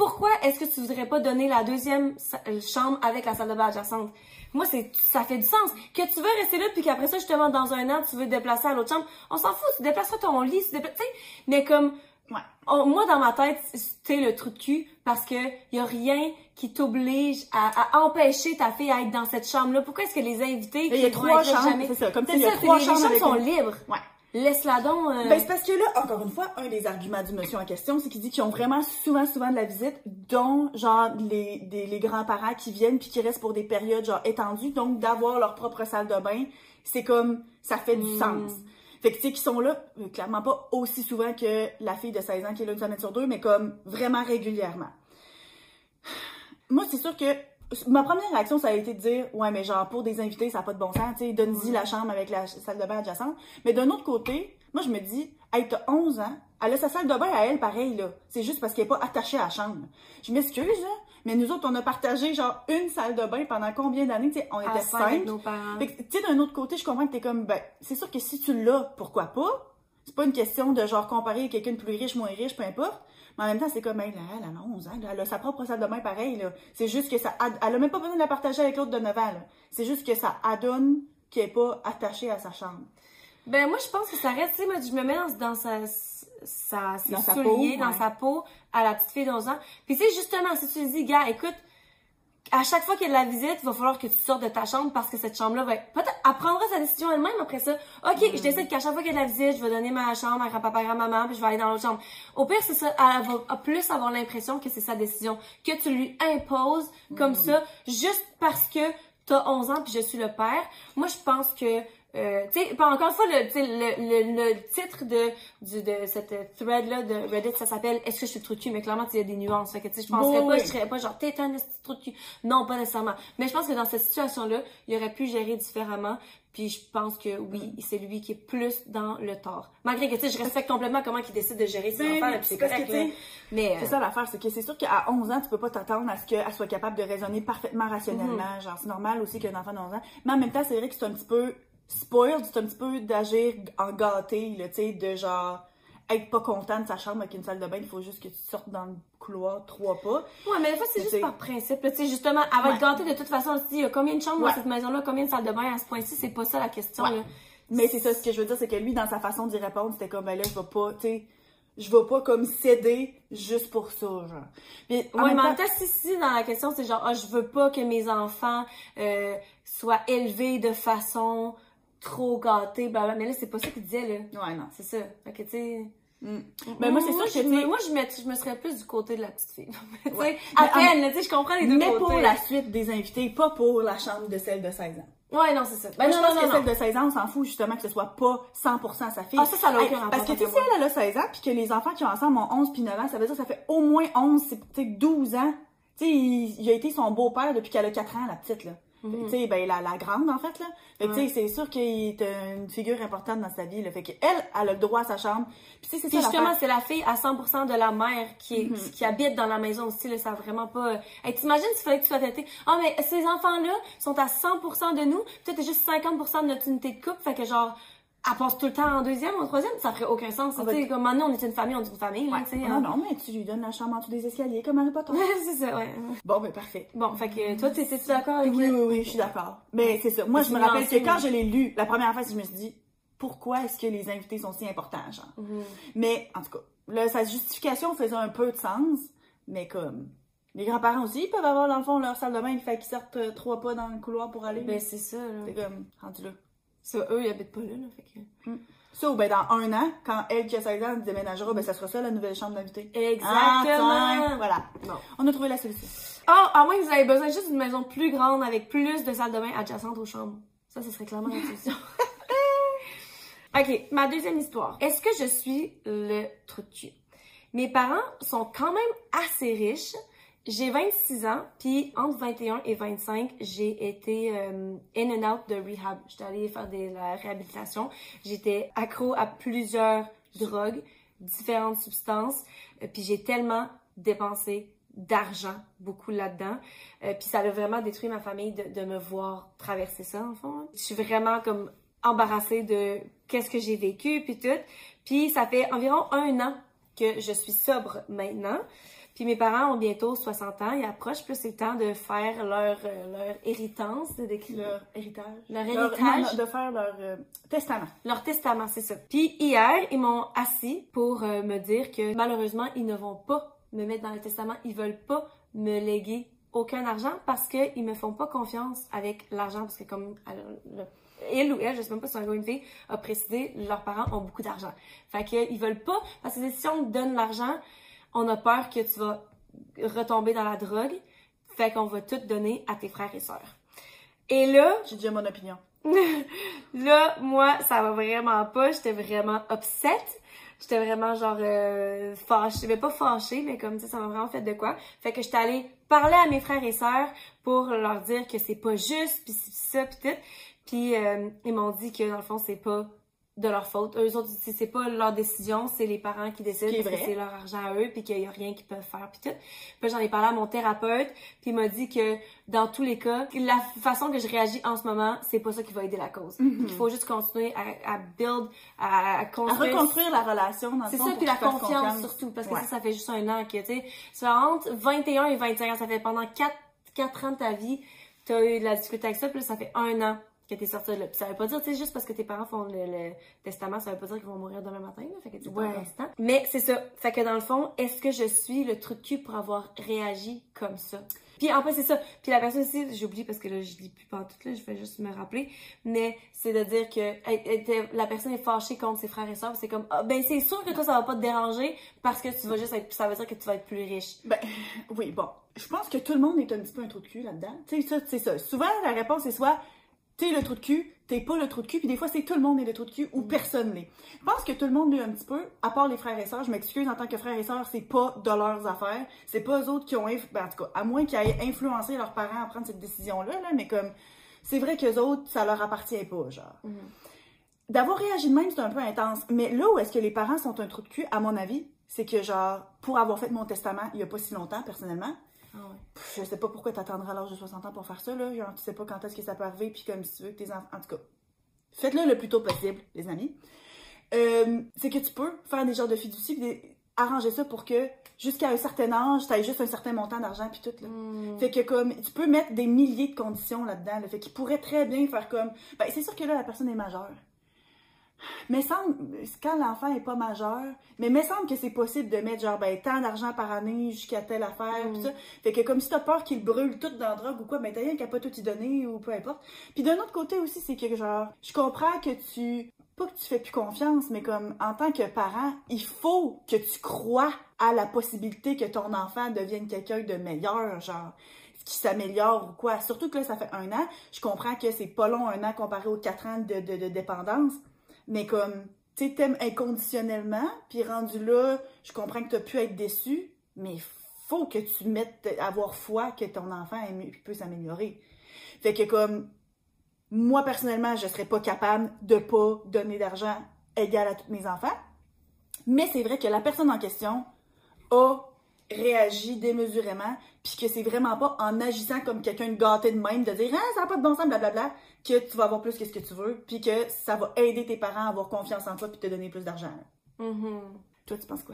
A: pourquoi est-ce que tu voudrais pas donner la deuxième chambre avec la salle de bain adjacente? Moi, c'est, ça fait du sens. Que tu veux rester là, puis qu'après ça, justement, dans un an, tu veux te déplacer à l'autre chambre, on s'en fout, tu déplaceras ton lit, tu déplaces, tu sais. Mais comme,
B: ouais.
A: on, moi, dans ma tête, t'es le trou de cul, parce que y a rien qui t'oblige à, à empêcher ta fille à être dans cette chambre-là. Pourquoi est-ce que les invités...
B: Il y a trois chambres, c'est ça. Comme ça, il y a trois chambres.
A: Les chambres sont libres.
B: Ouais.
A: Laisse-la donc... Euh...
B: Ben, c'est parce que là, encore une fois, un des arguments du monsieur en question, c'est qu'il dit qu'ils ont vraiment souvent, souvent de la visite, dont, genre, les, des, les grands-parents qui viennent puis qui restent pour des périodes, genre, étendues. Donc, d'avoir leur propre salle de bain, c'est comme, ça fait du mmh. sens. Fait que, tu sais, qui sont là, euh, clairement pas aussi souvent que la fille de seize ans qui est là une semaine sur deux, mais comme, vraiment régulièrement. Moi, c'est sûr que ma première réaction, ça a été de dire « Ouais, mais genre, pour des invités, ça n'a pas de bon sens, tu sais, donne-y mmh. la chambre avec la salle de bain adjacente. » Mais d'un autre côté, moi, je me dis « Hey, t'as onze ans, elle a sa salle de bain à elle, pareil, là. C'est juste parce qu'elle n'est pas attachée à la chambre. » Je m'excuse, là, mais nous autres, on a partagé, genre, une salle de bain pendant combien d'années? Tu sais, on était cinq. Tu sais, d'un autre côté, je comprends que t'es comme « Ben, c'est sûr que si tu l'as, pourquoi pas? » C'est pas une question de, genre, comparer quelqu'un de plus riche, moins riche, peu importe. Mais en même temps, c'est comme, elle, elle a onze ans, elle a sa propre salle de bain pareil, là. C'est juste que ça, elle a même pas besoin de la partager avec l'autre de neuf ans, là. C'est juste que ça adonne qu'elle n'est pas attachée à sa chambre.
A: Ben, moi, je pense que ça reste, tu sais, moi, je me mets dans, dans sa, sa, ses
B: dans sa
A: souliers,
B: peau,
A: dans
B: ouais.
A: sa peau, à la petite fille d'onze ans. Puis, tu sais, justement, si tu dis, gars, écoute, à chaque fois qu'il y a de la visite, il va falloir que tu sortes de ta chambre parce que cette chambre-là va être... Peut-être, elle prendra sa décision elle-même après ça. OK, mm. je décide qu'à chaque fois qu'il y a de la visite, je vais donner ma chambre à grand-papa, grand-maman, puis je vais aller dans l'autre chambre. Au pire, c'est ça, elle va plus avoir l'impression que c'est sa décision, que tu lui imposes comme mm. ça, juste parce que t'as onze ans puis je suis le père. Moi, je pense que... Euh, tu sais, encore une fois, le, le, le, le titre de, du, de cette thread-là de Reddit, ça s'appelle « Est-ce que je suis trop de cul? » Mais clairement, il y a des nuances. Fait que, tu sais, je penserais bon, pas, oui. je serais pas genre « T'es un trop de cul. » Non, pas nécessairement. Mais je pense que dans cette situation-là, il aurait pu gérer différemment. Puis je pense que oui, c'est lui qui est plus dans le tort. Malgré que, tu sais, je respecte complètement comment il décide de gérer ses enfants, puis c'est correct, là. Mais...
B: C'est euh... ça l'affaire, c'est que c'est sûr qu'à onze ans, tu peux pas t'attendre à ce qu'elle soit capable de raisonner parfaitement rationnellement. Mm-hmm. Genre, c'est normal aussi qu'un enfant d'onze ans. Mais en même temps, c'est vrai que c'est un petit peu... spoiled, c'est un petit peu d'agir en gâté, là, tu sais, de genre être pas content de sa chambre avec une salle de bain, il faut juste que tu sortes dans le couloir trois pas.
A: Ouais, mais des fois, c'est juste par principe, tu sais, justement, elle va ouais. être gâtée de toute façon, il y a combien de chambres ouais. dans cette maison-là, combien de salles de bain à ce point-ci, c'est pas ça la question, ouais. là.
B: Mais c'est ça, ce que je veux dire, c'est que lui, dans sa façon d'y répondre, c'était comme, ben là, je vais pas, tu sais, je vais pas comme céder juste pour ça, genre.
A: Mais en ouais, mais en même temps, si, si, dans la question, c'est genre, ah, oh, je veux pas que mes enfants euh, soient élevés de façon... trop gâté, blablabla. Mais là, c'est pas ça qu'il disait, là.
B: Ouais, non.
A: C'est ça. Fait que, tu sais...
B: Mm. Ben, moi, c'est sûr que,
A: je, moi, je me, je me serais plus du côté de la petite fille. Tu sais, à peine, tu sais, je comprends les deux
B: mais
A: côtés.
B: Mais pour la suite des invités, pas pour la chambre de celle de seize ans.
A: Ouais, non, c'est ça.
B: Ben,
A: moi,
B: je
A: non,
B: pense
A: non,
B: que
A: non,
B: celle
A: non.
B: de seize ans, on s'en fout, justement, que ce soit pas cent pour cent sa fille.
A: Ah, ça, ça n'a aucun rapport.
B: Parce que, tu sais, si elle a seize ans, puis que les enfants qui ont ensemble ont onze puis neuf ans, ça veut dire que ça fait au moins onze, c'est peut-être douze ans. Tu sais, il, il a été son beau-père depuis qu'elle a quatre ans, la petite, là. Mm-hmm. Tu sais, ben, la, la grande, en fait, là. Fait que, ouais. tu sais, c'est sûr qu'il est une figure importante dans sa vie, là. Fait qu'elle, elle a le droit à sa chambre. Puis, tu sais, c'est ça.
A: Justement, c'est la fille à cent pour cent de la mère qui, est, mm-hmm. qui habite dans la maison aussi, là. Ça a vraiment pas. Hey, t'imagines s'il fallait que tu sois têtée. Ah, oh, mais ces enfants-là sont à cent pour cent de nous. Toi, t'es juste cinquante pour cent de notre unité de couple. Fait que, genre, elle passe tout le temps en deuxième ou en troisième, ça ferait aucun sens. Tu sais, comme maintenant, on est une famille, on est une famille, là,
B: ouais.
A: tu sais.
B: Non, hein. non, mais tu lui donnes la chambre en dessous des escaliers, comme Harry Potter.
A: c'est ça, ouais.
B: Bon, ben, parfait.
A: Bon, fait que toi, t'es-tu d'accord avec
B: Oui, oui, oui, je suis d'accord. Mais c'est ça. Moi, je me rappelle que quand je l'ai lu, la première fois, je me suis dit, pourquoi est-ce que les invités sont si importants, genre? Mm-hmm. Mais, en tout cas, là, sa justification faisait un peu de sens, mais comme... Les grands-parents aussi, ils peuvent avoir, dans le fond, leur salle de bain, il fait qu'ils sortent euh, trois pas dans le couloir pour aller.
A: Ben, c'est ça, là.
B: C'est comme, rendu là.
A: Ça, eux, ils habitent pas là, là, fait que...
B: Mm. Ça, so, ben, dans un an, quand elle qui a seize ans déménagera, ben, ça sera ça, la nouvelle chambre d'invité.
A: Exactement!
B: Ah, voilà. Bon. On a trouvé la solution.
A: Oh, à moins que vous avez besoin juste d'une maison plus grande avec plus de salles de bain adjacentes aux chambres. Ça, ce serait clairement la solution. OK, ma deuxième histoire. Est-ce que je suis le trou de cul? Mes parents sont quand même assez riches. J'ai vingt-six ans, puis entre vingt et un et vingt-cinq, j'ai été euh, in and out de rehab. J'étais allée faire de la réhabilitation. J'étais accro à plusieurs drogues, différentes substances, euh, puis j'ai tellement dépensé d'argent, beaucoup là-dedans. Euh, puis ça a vraiment détruit ma famille de, de me voir traverser ça, en fond. Je suis vraiment comme embarrassée de qu'est-ce que j'ai vécu, puis tout. Puis ça fait environ un an que je suis sobre maintenant. Puis mes parents ont bientôt soixante ans, ils approchent, plus c'est le temps de faire leur, euh, leur héritance, de
B: Leur héritage.
A: Leur
B: Leur-
A: héritage.
B: non, de faire leur euh, testament.
A: Leur testament, c'est ça. Puis hier, ils m'ont assis pour euh, me dire que malheureusement, ils ne vont pas me mettre dans le testament. Ils veulent pas me léguer aucun argent parce qu'ils me font pas confiance avec l'argent. Parce que comme elle, le- il ou elle, je sais même pas si c'est un gars ou une fille, a précisé, leurs parents ont beaucoup d'argent. Fait que ils veulent pas, parce que si on te donne l'argent, on a peur que tu vas retomber dans la drogue. Fait qu'on va tout donner à tes frères et sœurs. Et là,
B: J'ai déjà mon opinion.
A: là, moi, ça va vraiment pas. J'étais vraiment upset. J'étais vraiment genre euh, fâchée. Mais pas fâchée, mais comme ça, ça m'a vraiment fait de quoi. Fait que j'étais allée parler à mes frères et sœurs pour leur dire que c'est pas juste, pis ça, pis tout. Puis euh, ils m'ont dit que dans le fond, c'est pas de leur faute. Eux autres, c'est c'est pas leur décision, c'est les parents qui décident
B: Qui est
A: parce que
B: vrai.
A: c'est leur argent à eux, puis qu'il y a rien qu'ils peuvent faire, puis tout. Puis j'en ai parlé à mon thérapeute, puis il m'a dit que dans tous les cas, la façon que je réagis en ce moment, c'est pas ça qui va aider la cause.
B: Mm-hmm.
A: Il faut juste continuer à, à build, à, à
B: À
A: construire.
B: reconstruire la relation, dans le
A: C'est
B: fond,
A: ça,
B: pour
A: puis la
B: qu'ils fassent
A: confiance, surtout, parce que
B: Ouais.
A: ça, ça fait juste un an que, tu sais, ça entre vingt et un et vingt-cinq ans, ça fait pendant quatre ans de ta vie, t'as eu de la difficulté avec ça, puis là, ça fait un an que t'es sorti de là. Puis ça veut pas dire, tu sais, juste parce que tes parents font le, le testament, ça veut pas dire qu'ils vont mourir demain matin, là, fait que tu
B: Ouais.
A: pas constant. Mais c'est ça, fait que dans le fond, est-ce que je suis le trou de cul pour avoir réagi comme ça? Puis en fait, c'est ça. Puis la personne aussi, j'ai oublié parce que là, je lis plus pas tout là, je vais juste me rappeler. Mais c'est de dire que elle- elle était- la personne est fâchée contre ses frères et sœurs. C'est comme, ah, ben c'est sûr que toi, ça va pas te déranger parce que tu vas juste être, ça veut dire que tu vas être plus riche.
B: Ben, oui, bon. Je pense que tout le monde est un petit peu un trou de cul là-dedans. Tu sais, ça, c'est ça. Souvent, la réponse est soit t'es le trou de cul, t'es pas le trou de cul, puis des fois, c'est tout le monde est le trou de cul ou personne l'est. Je pense que tout le monde l'est un petit peu, à part les frères et sœurs. Je m'excuse, en tant que frères et sœurs, c'est pas de leurs affaires. C'est pas eux autres qui ont, inf- ben, en tout cas, à moins qu'ils aient influencé leurs parents à prendre cette décision-là, là, mais comme, c'est vrai qu'eux autres, ça leur appartient pas, genre. D'avoir réagi de même, c'est un peu intense. Mais là où est-ce que les parents sont un trou de cul, à mon avis, c'est que, genre, pour avoir fait mon testament il y a pas si longtemps, personnellement,
A: Ah ouais.
B: pff, je sais pas pourquoi t'attendras à l'âge de soixante ans pour faire ça, là. Genre, tu sais pas quand est-ce que ça peut arriver, puis comme si tu veux que tes enfants... En tout cas, faites-le le plus tôt possible, les amis. Euh, c'est que tu peux faire des genres de fiducie, puis des- arranger ça pour que, jusqu'à un certain âge, t'aies juste un certain montant d'argent, puis tout, là.
A: Mm.
B: Fait que comme, tu peux mettre des milliers de conditions là-dedans, là. Fait qu'il pourrait très bien faire comme... Ben, c'est sûr que là, la personne est majeure. Mais semble, quand l'enfant est pas majeur, mais me semble que c'est possible de mettre genre ben tant d'argent par année jusqu'à telle affaire
A: Mm.
B: pis ça. Fait que comme si t'as peur qu'il brûle tout dans la drogue ou quoi, ben t'as rien qu'à pas tout y donner ou peu importe. Puis d'un autre côté aussi, c'est que genre, je comprends que tu, pas que tu fais plus confiance, mais comme en tant que parent, il faut que tu crois à la possibilité que ton enfant devienne quelqu'un de meilleur, genre qui s'améliore ou quoi. Surtout que là, ça fait un an. Je comprends que c'est pas long un an comparé aux quatre ans de, de, de dépendance. Mais comme, tu sais, t'aimes inconditionnellement, puis rendu là, je comprends que t'as pu être déçu, mais faut que tu mettes, avoir foi que ton enfant aime- peut s'améliorer. Fait que comme, moi personnellement, je serais pas capable de pas donner d'argent égal à tous mes enfants. Mais c'est vrai que la personne en question a réagi démesurément, puis que c'est vraiment pas en agissant comme quelqu'un de gâté de même, de dire « Ah, ça n'a pas de bon sens, blablabla », que tu vas avoir plus que ce que tu veux, puis que ça va aider tes parents à avoir confiance en toi puis te donner plus d'argent.
A: Mhm.
B: Toi, tu penses quoi?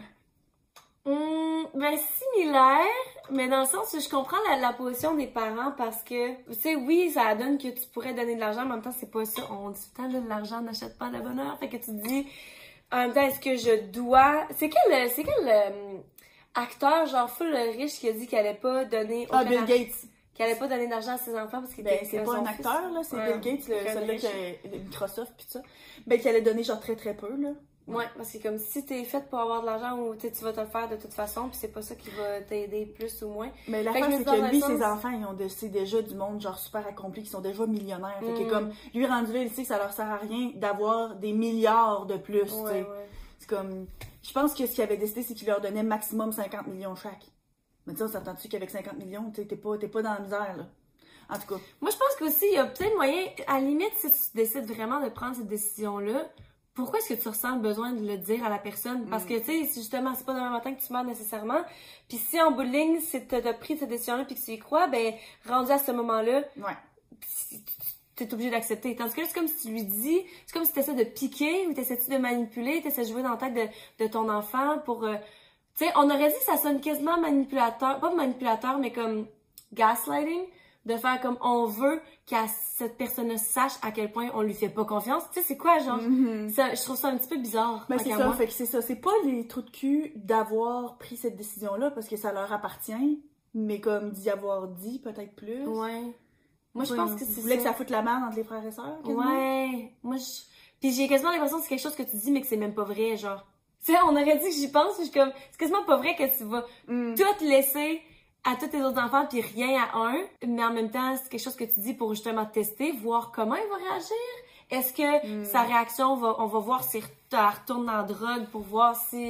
A: Hum, ben similaire, mais dans le sens où je comprends la, la position des parents parce que, tu sais, oui, ça donne que tu pourrais donner de l'argent, mais en même temps, c'est pas ça. On dit tout le temps, là, l'argent n'achète pas le bonheur. Fait que tu te dis, en même temps, est-ce que je dois... C'est quel, c'est quel euh, acteur, genre, full riche qui a dit qu'il allait pas donner...
B: Ah,
A: aucun
B: Bill
A: argent-
B: Gates.
A: Qu'il allait pas donner d'argent à ses enfants parce qu'il
B: Ben,
A: était
B: c'est
A: que
B: pas
A: son
B: un
A: fils-
B: acteur, là, c'est
A: Ouais,
B: Bill Gates, le,
A: quelqu'un de
B: celui-là
A: riche.
B: qui a Microsoft pis ça. Ben, qui allait donner genre très très peu, là.
A: Ouais, parce que comme si t'es faite pour avoir de l'argent ou tu sais, tu vas te le faire de toute façon, puis c'est pas ça qui va t'aider plus ou moins.
B: Mais
A: Fait
B: l'affaire,
A: que
B: c'est
A: dans un
B: que lui,
A: sens-
B: ses enfants, ils ont de- c'est déjà du monde genre super accompli, qui sont déjà millionnaires. Fait que
A: Mm.
B: comme, lui rendu là, il sait que ça leur sert à rien d'avoir des milliards de plus, tu sais.
A: Ouais, ouais.
B: C'est comme, je pense que ce qu'il avait décidé, c'est qu'il leur donnait maximum cinquante millions chaque. Mais tu sais, on s'entend-tu qu'avec cinquante millions, t'es t'es pas, t'es pas dans la misère, là. En tout cas.
A: Moi, je pense qu'aussi, il y a peut-être moyen, à la limite, si tu décides vraiment de prendre cette décision-là, pourquoi est-ce que tu ressens le besoin de le dire à la personne? Parce que, tu sais, si justement, c'est pas demain matin que tu meurs nécessairement, puis si en bout de ligne, si t'as t'as pris cette décision-là puis que tu y crois, ben, rendu à ce moment-là,
B: Ouais.
A: t'es obligé d'accepter. Tandis que là, c'est comme si tu lui dis, c'est comme si t'essaies de piquer ou t'essaies de manipuler, t'essaies de jouer dans la tête de, de ton enfant pour... euh, Tu sais, on aurait dit que ça sonne quasiment manipulateur, pas manipulateur, mais comme gaslighting, de faire comme on veut que cette personne sache à quel point on lui fait pas confiance. Tu sais, c'est quoi, genre,
B: mm-hmm.
A: ça, je trouve ça un petit peu bizarre.
B: Ben c'est ça, fait que c'est ça. C'est pas les trous de cul d'avoir pris cette décision-là parce que ça leur appartient, mais comme d'y avoir dit peut-être plus.
A: Ouais. Moi, je pense que c'est ça.
B: Vous voulez que ça foute la merde entre les frères et sœurs? Quasiment?
A: Ouais. Moi, je... Puis j'ai quasiment l'impression que c'est quelque chose que tu dis, mais que c'est même pas vrai, genre. Tu sais, on aurait dit que j'y pense, puis je suis comme, c'est quasiment pas vrai que tu vas mm. tout laisser à tous tes autres enfants, puis rien à un. Mais en même temps, c'est quelque chose que tu dis pour justement tester, voir comment il va réagir. Est-ce que mm. sa réaction, va, on va voir si elle retourne dans la drogue pour voir si,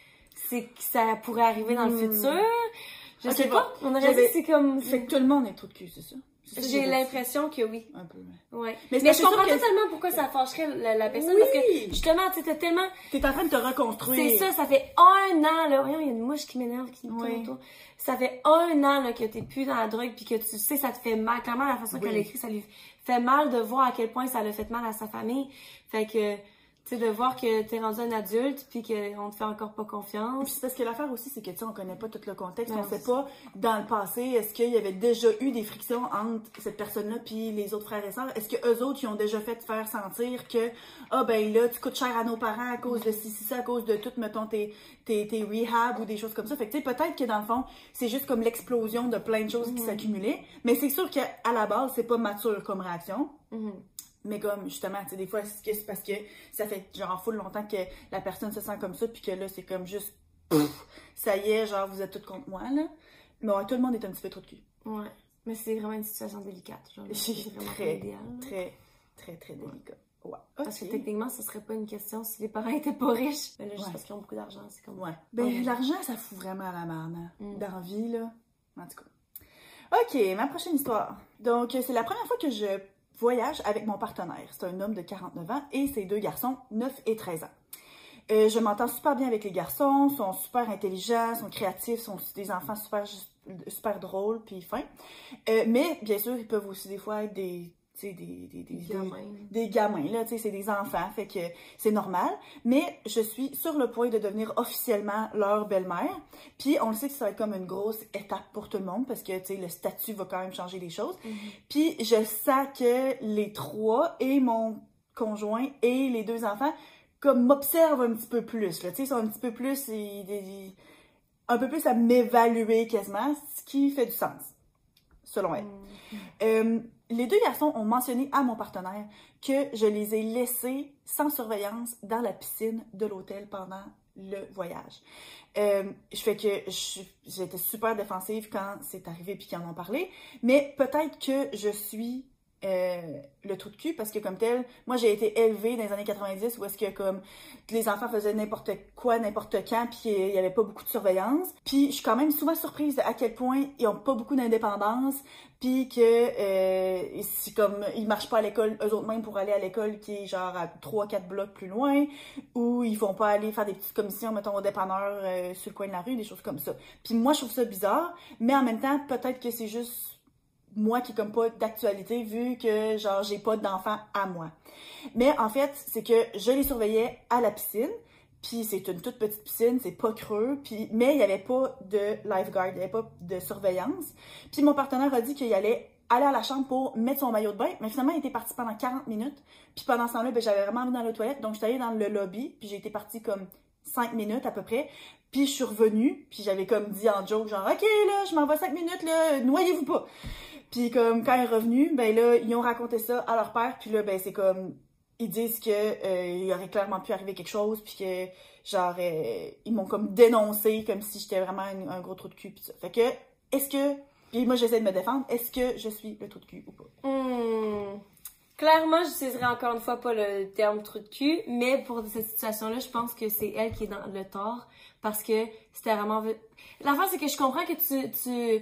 A: si ça pourrait arriver dans mm. le futur. Je okay, sais pas. Bon, on aurait dit que c'est comme...
B: Fait que tout le monde est trop de cul, c'est ça?
A: J'ai l'impression que oui.
B: Un peu,
A: ouais. ouais. Mais, mais je comprends que... totalement pourquoi ça fâcherait la, la personne. Oui. Parce que, justement, tu sais, tellement...
B: T'es en train de te reconstruire.
A: C'est ça, ça fait un an, là. Voyons, il y a une mouche qui m'énerve, qui me tourne autour. Ça fait un an, là, que t'es plus dans la drogue, puis que tu sais, ça te fait mal. Clairement, la façon oui. qu'elle écrit, ça lui fait mal de voir à quel point ça l'a fait mal à sa famille. Fait que... Tu sais, de voir que t'es rendu un adulte puis qu'on te fait encore pas confiance.
B: Puis c'est parce que l'affaire aussi, c'est que, tu sais, on connaît pas tout le contexte. Non, on sait pas, dans le passé, est-ce qu'il y avait déjà eu des frictions entre cette personne-là puis les autres frères et sœurs? Est-ce que eux autres, ils ont déjà fait faire sentir que, ah, ben là, tu coûtes cher à nos parents à cause de ci, ci, ça, à cause de tout, mettons, tes, tes, tes rehab ou des choses comme ça. Fait que, tu sais, peut-être que dans le fond, c'est juste comme l'explosion de plein de choses mm-hmm. qui s'accumulaient. Mais c'est sûr qu'à la base, c'est pas mature comme réaction. Mm-hmm. Mais comme, justement, tu sais, des fois, c'est parce que ça fait genre full longtemps que la personne se sent comme ça, puis que là, c'est comme juste, pff, ça y est, genre, vous êtes toutes contre moi, là. Mais ouais, tout le monde est un petit peu trop de cul.
A: Ouais. Mais c'est vraiment une situation délicate. Genre,
B: c'est vraiment très, idéal, très, très, très délicat. Ouais. Okay.
A: Parce que techniquement, ce serait pas une question si les parents étaient pas riches. Mais là, juste ouais. parce qu'ils ont beaucoup d'argent, c'est comme...
B: Ouais. Ben, ouais. l'argent, ça fout vraiment à la merde, hein. Mm. Dans la vie, là. En tout cas. OK, ma prochaine histoire. Donc, c'est la première fois que je... voyage avec mon partenaire. C'est un homme de quarante-neuf ans et ses deux garçons, neuf et treize ans. Euh, je m'entends super bien avec les garçons, sont super intelligents, sont créatifs, sont des enfants super, super drôles puis fins. Euh, mais bien sûr, ils peuvent aussi des fois être des... Tu sais, des, des, des, des, gamins. des, des gamins, là, tu sais, c'est des enfants, fait que c'est normal. Mais je suis sur le point de devenir officiellement leur belle-mère. Puis on le sait que ça va être comme une grosse étape pour tout le monde parce que, tu sais, le statut va quand même changer les choses. Mm-hmm. Puis je sens que les trois, et mon conjoint et les deux enfants, comme m'observent un petit peu plus, là, tu sais, ils sont un petit peu plus, ils, ils, un peu plus à m'évaluer quasiment, ce qui fait du sens, selon elle. Mm-hmm. euh, Les deux garçons ont mentionné à mon partenaire que je les ai laissés sans surveillance dans la piscine de l'hôtel pendant le voyage. Euh, je fais que j'étais super défensive quand c'est arrivé puis qu'ils en ont parlé, mais peut-être que je suis euh, le trou de cul parce que comme tel, moi j'ai été élevée dans les années quatre-vingt-dix où est-ce que comme les enfants faisaient n'importe quoi, n'importe quand, puis il n'y avait pas beaucoup de surveillance. Puis je suis quand même souvent surprise à quel point ils ont pas beaucoup d'indépendance, puis que euh, si comme ils marchent pas à l'école eux autres mêmes pour aller à l'école qui est genre à trois quatre blocs plus loin, ou ils font pas aller faire des petites commissions, mettons au dépanneur euh, sur le coin de la rue, des choses comme ça. Puis moi je trouve ça bizarre, mais en même temps peut-être que c'est juste moi qui est comme pas d'actualité vu que genre j'ai pas d'enfants à moi. Mais en fait, c'est que je les surveillais à la piscine, puis c'est une toute petite piscine, c'est pas creux, puis mais il y avait pas de lifeguard, il y avait pas de surveillance. Puis mon partenaire a dit qu'il allait aller à la chambre pour mettre son maillot de bain, mais finalement il était parti pendant quarante minutes. Puis pendant ce temps-là, ben, j'avais vraiment envie dans les toilettes, donc j'étais allée dans le lobby, puis j'ai été partie comme cinq minutes à peu près. Puis je suis revenue, puis j'avais comme dit en joke genre OK là, je m'en vais cinq minutes là, noyez-vous pas. Puis comme quand il est revenu, ben là, ils ont raconté ça à leur père, puis là, ben c'est comme, ils disent que euh, il aurait clairement pu arriver quelque chose, puis que genre, euh, ils m'ont comme dénoncé, comme si j'étais vraiment un, un gros trou de cul, puis ça. Fait que, est-ce que, puis moi j'essaie de me défendre, est-ce que je suis le trou de cul ou pas?
A: Hmm. Clairement, j'utiliserai encore une fois pas le terme trou de cul, mais pour cette situation-là, je pense que c'est elle qui est dans le tort, parce que c'était vraiment... L'affaire, c'est que je comprends que tu... tu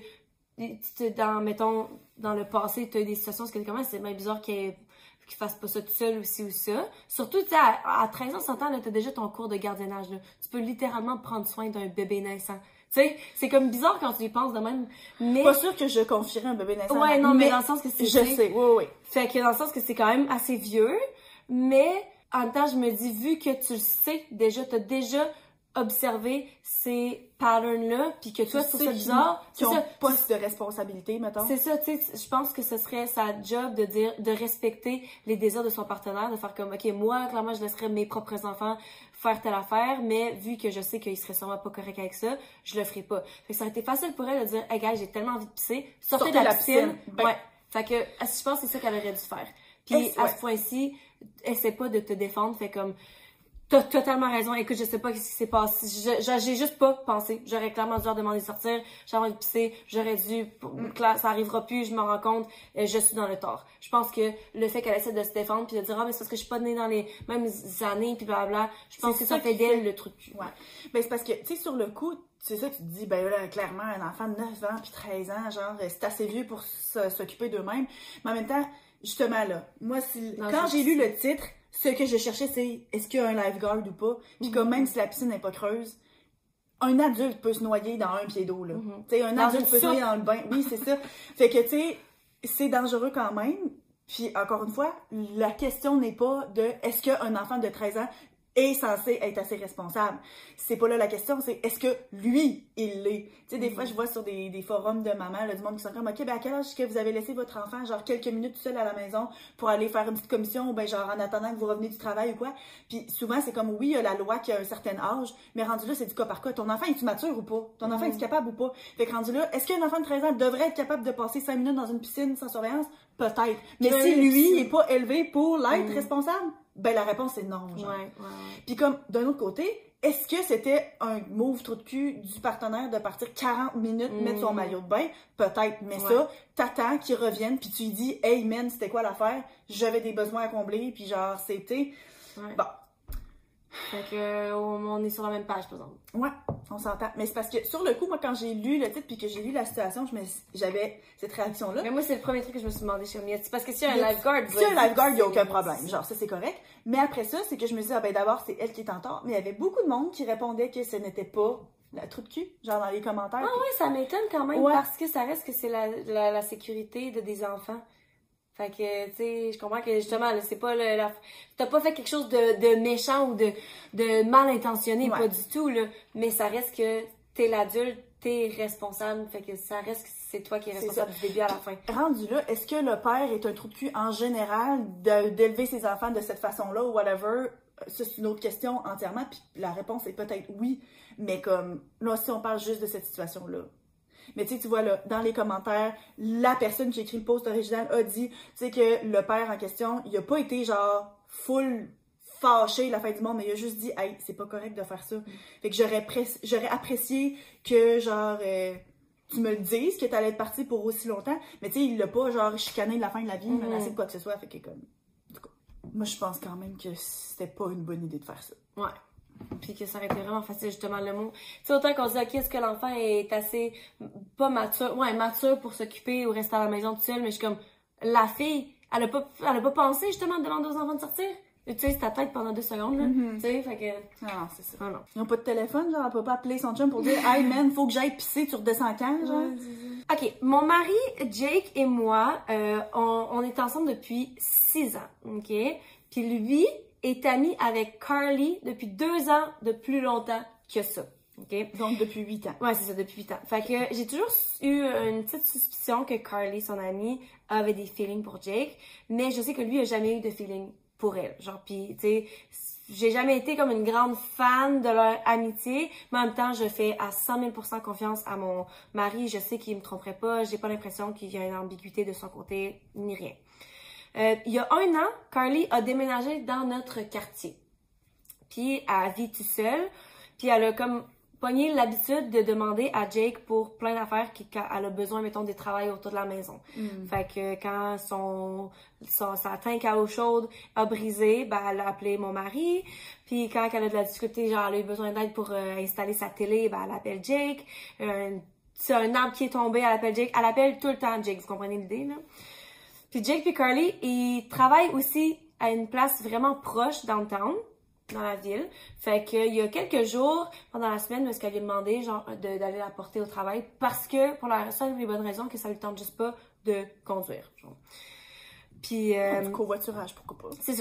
A: Tu, dans, mettons, dans le passé, tu as eu des situations, parce que comment c'est bien bizarre qu'il qu fasse pas ça tout seul aussi ou ça. Surtout, tu sais, à, à treize ans, cent ans, tu as déjà ton cours de gardiennage, là. Tu peux littéralement prendre soin d'un bébé naissant. Tu sais, c'est comme bizarre quand tu y penses de même, mais...
B: Pas sûr que je confierais un bébé naissant.
A: Ouais, non, mais, mais dans le sens que c'est...
B: Je sais, oui, oui.
A: Fait que dans le sens que c'est quand même assez vieux, mais en même temps, je me dis, vu que tu le sais, déjà, t'as déjà observer ces patterns-là, puis que toi, tu trouves ça bizarre.
B: Qui ont poste de responsabilité, mettons.
A: C'est ça, tu sais, je pense que ce serait sa job de dire, de respecter les désirs de son partenaire, de faire comme, OK, moi, clairement, je laisserais mes propres enfants faire telle affaire, mais vu que je sais qu'il serait sûrement pas correct avec ça, je le ferai pas. Fait que ça aurait été facile pour elle de dire, hey, gars, j'ai tellement envie de pisser, sortez, sortez de la, la piscine. piscine. Ben... Ouais. Fait que, je pense que c'est ça qu'elle aurait dû faire. Puis, à ouais. ce point-ci, essaie pas de te défendre, fait comme, t'as totalement raison. Écoute, je sais pas ce qui s'est passé. J'ai juste pas pensé. J'aurais clairement dû leur demander de sortir. J'aurais envie de pisser. J'aurais dû, mm. ça arrivera plus, je me rends compte, je suis dans le tort. Je pense que le fait qu'elle essaie de se défendre puis de dire, ah, mais c'est parce que je suis pas née dans les mêmes années puis blablabla, je pense que ça fait d'elle le truc.
B: Ouais. Ben, c'est parce que, tu sais, sur le coup, c'est ça, tu te dis, ben là, clairement, un enfant de neuf ans puis treize ans, genre, c'est assez vieux pour s'occuper d'eux-mêmes. Mais en même temps, justement, là, moi, si, non, quand j'ai lu le titre, ce que je cherchais, c'est est-ce qu'il y a un lifeguard ou pas? Puis comme même si la piscine n'est pas creuse, un adulte peut se noyer dans un pied d'eau, là. Mm-hmm. Tu sais, un dans adulte peut se noyer dans le bain. Oui, c'est ça. Fait que, tu sais, c'est dangereux quand même. Puis, encore une fois, la question n'est pas de est-ce qu'un enfant de treize ans est censé être assez responsable. C'est pas là la question, c'est est-ce que lui, il l'est. Tu sais, des mm. fois, je vois sur des, des forums de mamans, là, du monde qui sont comme, OK, ben à quel âge est-ce que vous avez laissé votre enfant, genre, quelques minutes seul à la maison pour aller faire une petite commission, ou ben genre, en attendant que vous reveniez du travail ou quoi. Puis souvent, c'est comme, oui, il y a la loi qui a un certain âge, mais rendu là, c'est du cas par cas. Ton enfant, est-tu mature ou pas? Ton enfant, mm. est-tu capable ou pas? Fait que rendu là, est-ce qu'un enfant de treize ans devrait être capable de passer cinq minutes dans une piscine sans surveillance? Peut-être. Mais si lui, il est pas élevé pour l'être mm. responsable, ben la réponse est non. Genre. Ouais, ouais, ouais. Puis comme, d'un autre côté, est-ce que c'était un move trou de cul du partenaire de partir quarante minutes, mm. mettre son maillot de bain? Peut-être, mais ouais. ça, t'attends qu'il revienne, puis tu lui dis, hey man, c'était quoi l'affaire? J'avais des besoins à combler, puis genre, c'était... Ouais. Bon.
A: Fait que, on est sur la même page, par exemple.
B: Ouais, on s'entend. Mais c'est parce que, sur le coup, moi, quand j'ai lu le titre puis que j'ai lu la situation, j'avais cette réaction-là.
A: Mais moi, c'est le premier truc que je me suis demandé chez Mia. Parce que si y a un lifeguard...
B: Si y a un lifeguard, il n'y a aucun problème. Genre, ça, c'est correct. Mais après ça, c'est que je me dis, ah ben d'abord, c'est elle qui est en tort. Mais il y avait beaucoup de monde qui répondait que ce n'était pas la trou de cul, genre dans les commentaires.
A: Ah oui, ça m'étonne quand même, ouais. Parce que ça reste que c'est la, la, la sécurité de des enfants. Fait que, tu sais, je comprends que justement, c'est pas le... La... T'as pas fait quelque chose de, de méchant ou de, de mal intentionné, ouais. Pas du tout, là. Mais ça reste que t'es l'adulte, t'es responsable. Fait que ça reste que c'est toi qui es responsable du début à la fin.
B: Rendu là, est-ce que le père est un trou de cul en général d'élever ses enfants de cette façon-là ou whatever? Ça, c'est une autre question entièrement. Puis la réponse est peut-être oui. Mais comme, là, si on parle juste de cette situation-là. Mais tu sais, tu vois, là, dans les commentaires, la personne qui a écrit le post original a dit, tu sais, que le père en question, il a pas été, genre, full fâché la fin du monde, mais il a juste dit, hey, c'est pas correct de faire ça. Mm. Fait que j'aurais j'aurais apprécié que, genre, euh, tu me le dises que t'allais être partie pour aussi longtemps, mais tu sais, il l'a pas, genre, chicané de la fin de la vie, mm-hmm. menacé de quoi que ce soit. Fait que, comme, en tout cas, moi, je pense quand même que c'était pas une bonne idée de faire ça.
A: Ouais. Puis que ça aurait été vraiment facile, justement, le mot. Tu sais, autant qu'on se dit, OK, est-ce que l'enfant est assez, pas mature, ouais, mature pour s'occuper ou rester à la maison toute seule, mais je suis comme, la fille, elle a pas, elle a pas pensé, justement, de demander aux enfants de sortir. Tu sais, c'est ta tête pendant deux secondes, là. Mm-hmm. Tu sais, fait que.
B: Non, c'est ça. Ah, non. Ils ont pas de téléphone, genre, elle peut pas appeler son chum pour dire, hey man, faut que j'aille pisser, tu redescends quand, genre?
A: Ouais, OK, mon mari, Jake et moi, euh, on, on est ensemble depuis six ans, OK? Puis lui, est ami avec Carly depuis deux ans de plus longtemps que ça. OK?
B: Donc, depuis huit ans.
A: Ouais, c'est ça, depuis huit ans. Fait que j'ai toujours eu une petite suspicion que Carly, son amie, avait des feelings pour Jake, mais je sais que lui a jamais eu de feeling pour elle. Genre, pis, tu sais, j'ai jamais été comme une grande fan de leur amitié, mais en même temps, je fais à cent mille pour cent confiance à mon mari. Je sais qu'il me tromperait pas. J'ai pas l'impression qu'il y a une ambiguïté de son côté, ni rien. Euh, il y a un an, Carly a déménagé dans notre quartier. Puis, elle vit toute seule. Puis, elle a comme pogné l'habitude de demander à Jake pour plein d'affaires qu'elle a besoin, mettons, des travails autour de la maison. Mm. Fait que quand son, son, sa tank à eau chaude a brisé, ben, elle a appelé mon mari. Puis, quand elle a de la difficulté, genre, elle a eu besoin d'aide pour euh, installer sa télé, ben, elle appelle Jake. Euh, c'est un arbre qui est tombé, elle appelle Jake. Elle appelle tout le temps Jake, vous comprenez l'idée, là? Puis Jake et Carly, ils travaillent aussi à une place vraiment proche downtown, dans la ville. Fait qu'il y a quelques jours, pendant la semaine, parce qu'elle lui a demandé genre d'aller la porter au travail parce que, pour la seule et bonne raison, que ça lui tente juste pas de conduire. Genre. Puis... Euh,
B: du covoiturage, pourquoi pas.
A: C'est ça.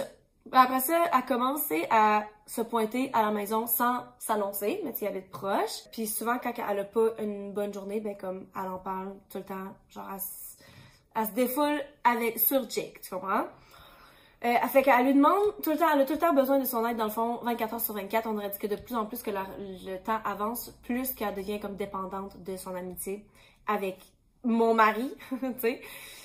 A: Après ça, elle a commencé à se pointer à la maison sans s'annoncer, mais tu sais, elle habite proche. Puis souvent, quand elle a pas une bonne journée, ben comme elle en parle tout le temps, genre elle, s- elle se défoule avec sur Jake, tu comprends? Euh, elle fait qu'elle lui demande tout le temps, elle a tout le temps besoin de son aide dans le fond, vingt-quatre heures sur vingt-quatre. On aurait dit que de plus en plus que la- le temps avance, plus qu'elle devient comme dépendante de son amitié avec mon mari, tu sais.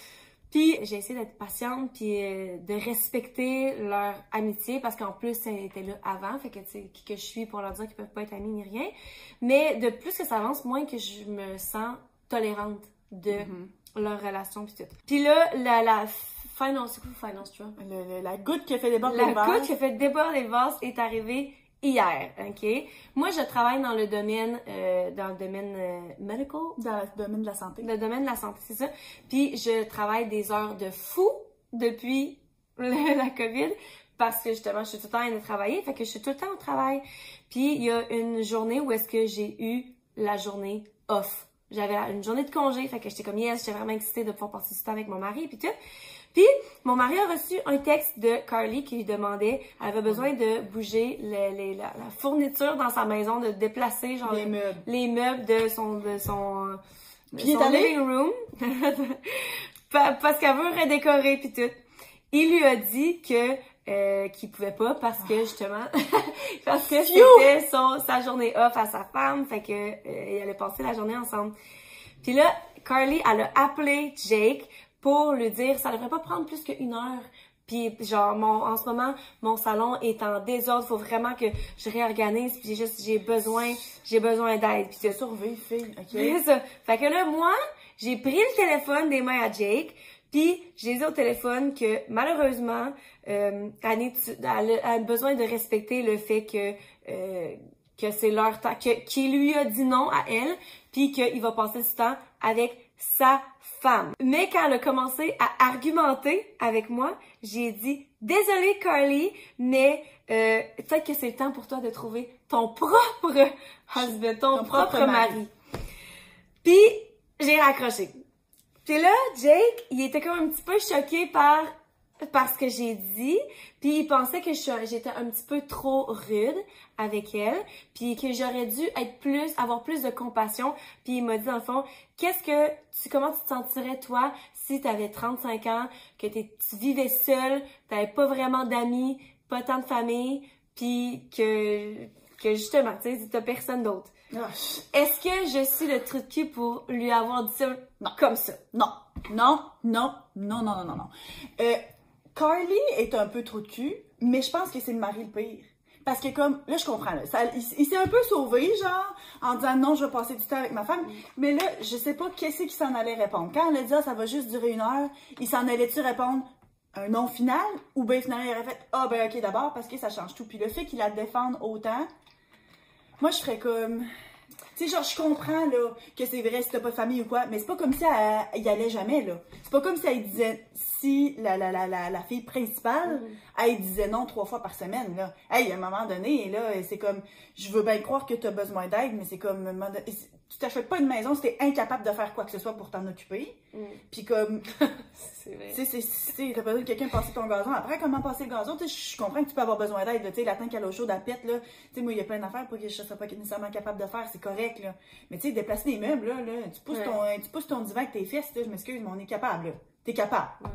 A: Puis j'ai essayé d'être patiente puis euh, de respecter leur amitié parce qu'en plus elle était là avant, fait que tu sais qui que je suis pour leur dire qu'ils peuvent pas être amis ni rien. Mais de plus que ça avance, moins que je me sens tolérante de mm-hmm. leur relation puis tout. Puis là la la finance, c'est quoi finance, tu vois?
B: Le, le, la goutte qui a fait déborder
A: la
B: les vases.
A: La goutte qui a fait déborder les vases est arrivée hier, ok? Moi, je travaille dans le domaine, euh, dans le domaine euh, medical.
B: Dans le domaine de la santé.
A: Le domaine de la santé, c'est ça. Puis, je travaille des heures de fou depuis le, la COVID parce que, justement, je suis tout le temps en train de travailler. Fait que je suis tout le temps au travail. Puis, il y a une journée où est-ce que j'ai eu la journée off. J'avais une journée de congé. Fait que j'étais comme, yes, j'étais vraiment excitée de pouvoir passer du temps avec mon mari puis tout. Puis, mon mari a reçu un texte de Carly qui lui demandait, elle avait besoin de bouger les, les, la, la fourniture dans sa maison, de déplacer genre
B: les meubles,
A: les meubles de son, de son, de
B: puis
A: son living room, parce qu'elle veut redécorer puis tout. Il lui a dit que euh, qu'il pouvait pas parce que justement, parce que c'était son sa journée off à sa femme, fait que euh, il allait passer la journée ensemble. Puis là, Carly, elle a appelé Jake pour lui dire ça devrait pas prendre plus qu'une heure. Puis genre mon en ce moment mon salon est en désordre, faut vraiment que je réorganise, puis j'ai juste j'ai besoin j'ai besoin d'aide. Puis
B: c'est surveillé, fille. OK.
A: C'est ça. Fait que là moi, j'ai pris le téléphone des mains à Jake, puis j'ai dit au téléphone que malheureusement euh, elle, est, elle a besoin de respecter le fait que euh, que c'est leur temps, que qu'il lui a dit non à elle, puis qu'il va passer du temps avec sa femme. Mais quand elle a commencé à argumenter avec moi, j'ai dit « Désolée, Carly, mais euh, peut-être que c'est le temps pour toi de trouver ton propre husband, ton, ton propre, propre mari. mari. » Puis, j'ai raccroché. Puis là, Jake, il était comme un petit peu choqué par, par ce que j'ai dit, puis il pensait que j'étais un petit peu trop rude avec elle, puis que j'aurais dû être plus, avoir plus de compassion, puis il m'a dit dans le fond, qu'est-ce que, tu, comment tu te sentirais toi si tu avais trente-cinq ans, que t'es, tu vivais seule, t'avais pas vraiment d'amis, pas tant de famille, puis que, que justement, tu sais, t'as personne d'autre.
B: Oh.
A: Est-ce que je suis le trou de cul pour lui avoir dit ça
B: non.
A: comme ça?
B: Non, non, non, non, non, non, non, non. Euh, Carly est un peu trou de cul, mais je pense que c'est le mari le pire. Parce que comme, là je comprends, là, ça, il, il s'est un peu sauvé, genre, en disant non, je vais passer du temps avec ma femme, mm. mais là, je sais pas qu'est-ce qu'il s'en allait répondre. Quand elle a dit ah, ça va juste durer une heure, il s'en allait-tu répondre un non final, ou bien finalement il aurait fait ah ben ok d'abord, parce que ça change tout. Puis le fait qu'il la défende autant, moi je ferais comme... Tu sais, genre, je comprends, là, que c'est vrai si t'as pas de famille ou quoi, mais c'est pas comme si elle, elle y allait jamais, là. C'est pas comme si elle disait, si la, la, la, la, la fille principale, mm. elle disait non trois fois par semaine, là. Hey, à un moment donné, là, c'est comme, je veux bien croire que t'as besoin d'aide, mais c'est comme, tu t'achètes pas une maison si t'es incapable de faire quoi que ce soit pour t'en occuper. Mm. Puis comme,
A: c'est vrai.
B: Tu sais, t'as besoin de quelqu'un passer ton gazon. Après, comment passer le gazon? Tu sais, je comprends que tu peux avoir besoin d'aide, tu sais, la tank à l'eau chaude, à pète, là. Tu sais, moi, il y a plein d'affaires pour que je sois pas nécessairement capable de faire, c'est correct, là. Mais tu sais, déplacer des meubles, là, là tu, pousses ouais. ton, tu pousses ton divan avec tes fesses, là, je m'excuse, mais on est capable, là. T'es capable.
A: Ouais.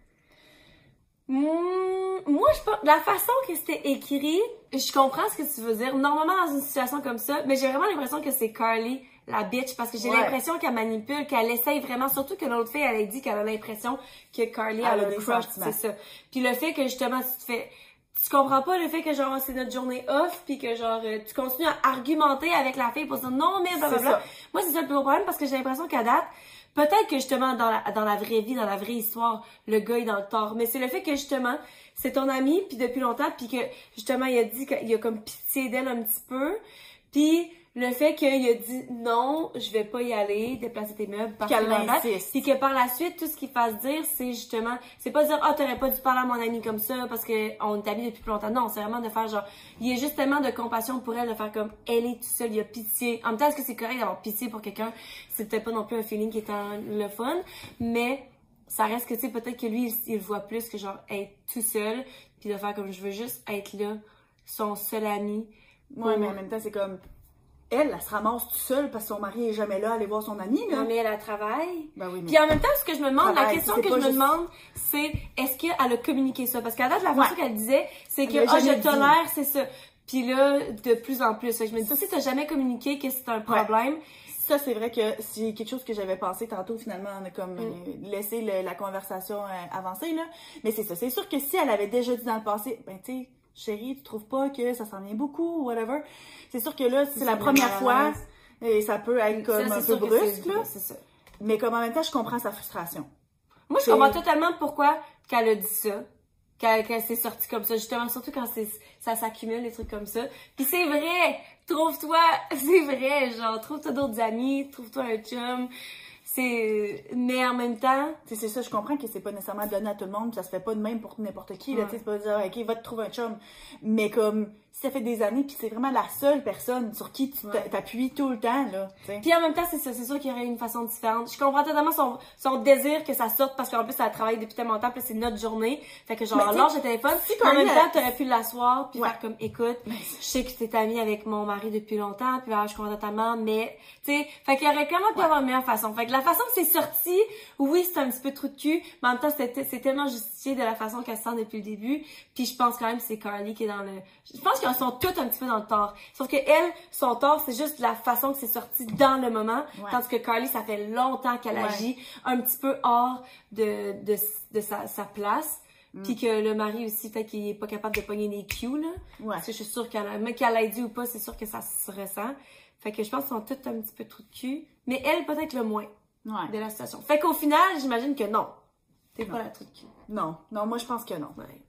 A: Mmh, moi, je pense, la façon que c'était écrit, je comprends ce que tu veux dire. Normalement, dans une situation comme ça, mais j'ai vraiment l'impression que c'est Carly, la bitch, parce que j'ai ouais. l'impression qu'elle manipule, qu'elle essaye vraiment, surtout que l'autre fille, elle a dit qu'elle a l'impression que Carly, elle, elle a un crush, c'est ça. Puis le fait que, justement, tu te fais, tu comprends pas le fait que, genre, c'est notre journée off, puis que, genre, tu continues à argumenter avec la fille pour dire non, mais blablabla. Moi, c'est ça le plus gros problème, parce que j'ai l'impression qu'à date, peut-être que justement, dans la, dans la vraie vie, dans la vraie histoire, le gars est dans le tort. Mais c'est le fait que justement, c'est ton ami, puis depuis longtemps, puis que justement, il a dit qu'il a comme pitié d'elle un petit peu. Puis le fait qu'il a dit non, je vais pas y aller, déplacer tes meubles,
B: qu'elle l'insiste.
A: Puis que par la suite, tout ce qu'il fasse dire, c'est justement, c'est pas dire ah, oh, t'aurais pas dû parler à mon ami comme ça parce qu'on est amis depuis plus longtemps. Non, c'est vraiment de faire genre, il y a juste tellement de compassion pour elle, de faire comme elle est toute seule, il y a pitié. En même temps, est-ce que c'est correct d'avoir pitié pour quelqu'un? C'est peut-être pas non plus un feeling qui est en, le fun, mais ça reste que, tu sais, peut-être que lui, il, il voit plus que, genre, être tout seul, puis de faire comme, je veux juste être là, son seul ami.
B: Pour... Ouais, mais en même temps, c'est comme... Elle, elle se ramasse toute seule parce que son mari est jamais là à aller voir son ami, là.
A: Non, mais elle a travail.
B: Ben oui, mais...
A: Puis en même temps, ce que je me demande,
B: travail,
A: la question que je
B: juste...
A: me demande, c'est est-ce qu'elle a communiqué ça? Parce qu'à date, la façon ouais. qu'elle disait, c'est que, ah, oh, je tolère, c'est ça. Puis là, de plus en plus. Je me dis, si t'as jamais communiqué que c'est un problème... Ouais.
B: Ça, c'est vrai que c'est quelque chose que j'avais pensé tantôt, finalement, on a comme mm. laissé le, la conversation euh, avancer, là. Mais c'est ça. C'est sûr que si elle avait déjà dit dans le passé, ben, tu sais, chérie, tu trouves pas que ça s'en vient beaucoup, ou whatever. C'est sûr que là, c'est la première fois, et ça peut être comme ça, un peu brusque, là. C'est ça. Mais comme en même temps, je comprends sa frustration.
A: Moi, je comprends totalement pourquoi qu'elle a dit ça. Qu'elle, qu'elle s'est sortie comme ça, justement, surtout quand c'est, ça s'accumule, des trucs comme ça. Puis c'est vrai! Trouve-toi, c'est vrai, genre, trouve-toi d'autres amis, trouve-toi un chum. C'est... Mais en même temps...
B: Tu sais, c'est ça, je comprends que c'est pas nécessairement donné à tout le monde, ça se fait pas de même pour n'importe qui, là, ouais. Tu sais, c'est pas dire, OK, va te trouver un chum. Mais comme, si ça fait des années, puis c'est vraiment la seule personne sur qui tu ouais. t'appuies tout le temps, là, tu sais.
A: Puis en même temps, c'est ça, c'est sûr qu'il y aurait une façon différente. Je comprends totalement son, son désir que ça sorte, parce qu'en plus, elle travaille depuis tellement de temps, puis c'est notre journée. Fait que genre, lâche le téléphone. Si en même temps, t'aurais pu l'asseoir, puis ouais. faire comme, écoute, je sais que t'es amie avec mon mari depuis longtemps, puis là, je comprends totalement, mais, tu sais, fait qu'il y aurait clairement pu ouais. avoir une meilleure façon. Fait que la façon que c'est sorti, oui, c'est un petit peu trou de cul, mais en même temps, c'est, c'est tellement justifié de la façon qu'elle se sent depuis le début. Puis je pense quand même que c'est Carly qui est dans le... Je pense qu'ils sont tous un petit peu dans le tort. Sauf que elle, son tort, c'est juste la façon que c'est sorti dans le moment. Ouais. Tandis que Carly, ça fait longtemps qu'elle ouais. agit un petit peu hors de, de, de sa, sa place. Mm. Puis que le mari aussi, peut-être qu'il est pas capable de pogner les cues, là. Ouais. Parce que je suis sûre qu'elle a... Mais qu'elle l'ait dit ou pas, c'est sûr que ça se ressent. Fait que je pense qu'ils sont tous un petit peu trou de cul. Mais elle, peut-être le moins. Ouais. De la situation. Fait qu'au final, j'imagine que non. T'es pas la truc.
B: Non. Non, moi, je pense que non.
A: Ouais.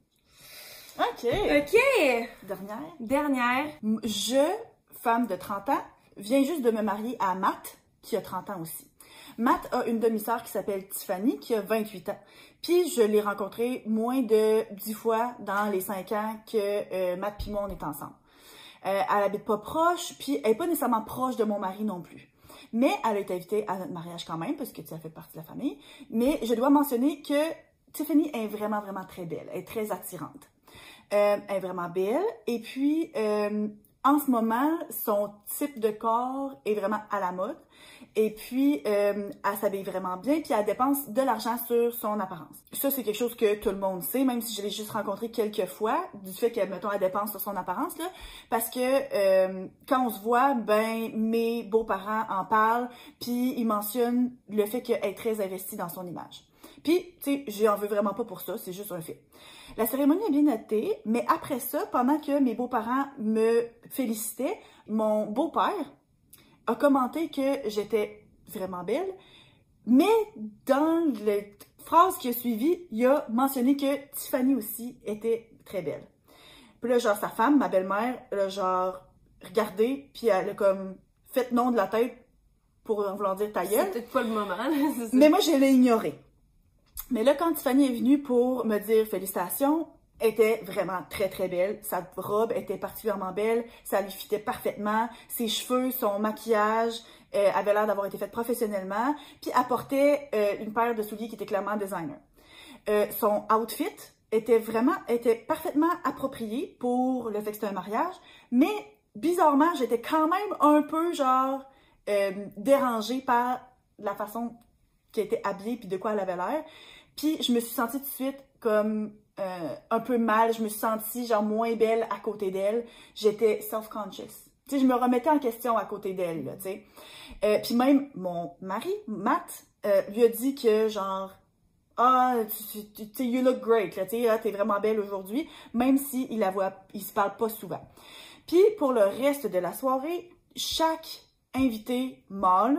B: OK.
A: OK.
B: Dernière.
A: Dernière.
B: Je, femme de trente ans, viens juste de me marier à Matt, qui a trente ans aussi. Matt a une demi-sœur qui s'appelle Tiffany, qui a vingt-huit ans. Puis, je l'ai rencontrée moins de dix fois dans les cinq ans que euh, Matt puis moi, on est ensemble. Euh, elle habite pas proche, puis elle est pas nécessairement proche de mon mari non plus. Mais elle a été invitée à notre mariage quand même, parce que ça fait partie de la famille. Mais je dois mentionner que Tiffany est vraiment, vraiment très belle. Elle est très attirante. Euh, elle est vraiment belle. Et puis, euh, en ce moment, son type de corps est vraiment à la mode. Et puis, euh, elle s'habille vraiment bien, puis elle dépense de l'argent sur son apparence. Ça, c'est quelque chose que tout le monde sait, même si je l'ai juste rencontré quelques fois, du fait qu'elle, mettons, elle dépense sur son apparence, là. Parce que euh, quand on se voit, ben, mes beaux-parents en parlent, puis ils mentionnent le fait qu'elle est très investie dans son image. Puis, tu sais, j'en veux vraiment pas pour ça, c'est juste un fait. La cérémonie est bien notée, mais après ça, pendant que mes beaux-parents me félicitaient, mon beau-père a commenté que j'étais vraiment belle, mais dans la phrase qui a suivi, il a mentionné que Tiffany aussi était très belle. Puis là, genre, sa femme, ma belle-mère, elle a genre regardé, puis elle a comme fait non de la tête pour vouloir dire ta gueule.
A: C'est peut-être pas le moment, là, c'est ça.
B: Mais moi, je l'ai ignoré. Mais là, quand Tiffany est venue pour me dire félicitations, elle était vraiment très, très belle. Sa robe était particulièrement belle. Ça lui fitait parfaitement. Ses cheveux, son maquillage euh, avait l'air d'avoir été fait professionnellement. Puis, elle portait euh, une paire de souliers qui était clairement designer. Euh, son outfit était vraiment, était parfaitement approprié pour le fait que c'était un mariage. Mais, bizarrement, j'étais quand même un peu, genre, euh, dérangée par la façon qu'elle était habillée puis de quoi elle avait l'air. Puis, je me suis sentie tout de suite comme... Euh, un peu mal, je me suis sentie genre moins belle à côté d'elle. J'étais self-conscious. Tu sais, je me remettais en question à côté d'elle, là, tu sais. Euh, puis même mon mari, Matt, euh, lui a dit que genre, ah, tu sais, you look great, là, tu sais, t'es vraiment belle aujourd'hui, même si il la voit, il se parle pas souvent. Puis pour le reste de la soirée, chaque invité mâle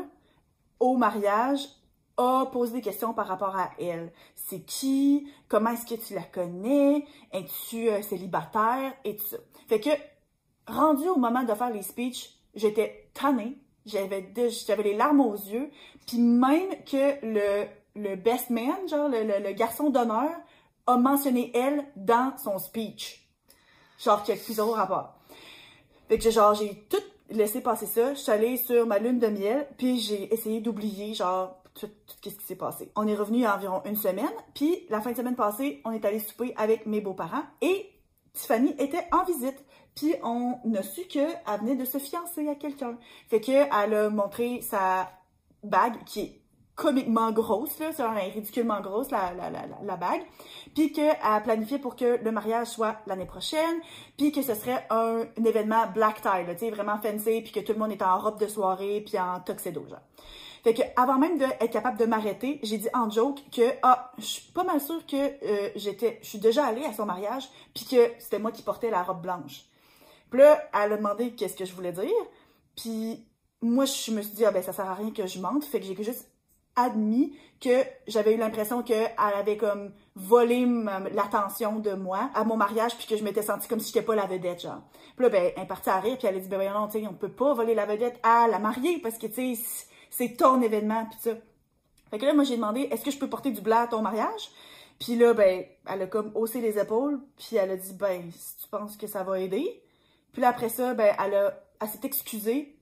B: au mariage a posé des questions par rapport à elle. C'est qui? Comment est-ce que tu la connais? Es-tu euh, célibataire? Et tout ça. Fait que, rendu au moment de faire les speeches, j'étais tannée. J'avais j'avais les larmes aux yeux. Puis même que le, le best man, genre le, le, le garçon d'honneur, a mentionné elle dans son speech. Genre, qui a plus zéro rapport. Fait que genre, j'ai tout laissé passer ça. Je suis allée sur ma lune de miel, puis j'ai essayé d'oublier, genre, tout, tout ce qui s'est passé. On est revenu il y a environ une semaine, puis la fin de semaine passée, on est allé souper avec mes beaux-parents et Tiffany était en visite. Puis on a su qu'elle venait de se fiancer à quelqu'un. Fait qu'elle a montré sa bague qui est comiquement grosse, là, c'est ridiculement grosse, la, la, la, la bague, puis qu'elle a planifié pour que le mariage soit l'année prochaine, puis que ce serait un, un événement black tie, tu sais, vraiment fancy, puis que tout le monde est en robe de soirée, puis en tuxedo, genre. Fait que avant même d'être capable de m'arrêter, j'ai dit en joke que, ah, je suis pas mal sûre que euh, j'étais, je suis déjà allée à son mariage, puis que c'était moi qui portais la robe blanche. Puis là, elle a demandé qu'est-ce que je voulais dire, puis moi, je me suis dit, ah ben, ça sert à rien que je mente, fait que j'ai juste admis que j'avais eu l'impression qu'elle avait comme volé l'attention de moi à mon mariage, puis que je m'étais sentie comme si j'étais pas la vedette, genre. Puis là, ben, elle est partie à rire, puis elle a dit, ben voyons, non, tu sais, on peut pas voler la vedette à la mariée, parce que, tu sais, c'est ton événement, puis ça. Fait que là, moi, j'ai demandé, est-ce que je peux porter du blanc à ton mariage? Puis là, ben, elle a comme haussé les épaules, puis elle a dit, ben, si tu penses que ça va aider. Puis là, après ça, ben, elle a, elle s'est excusée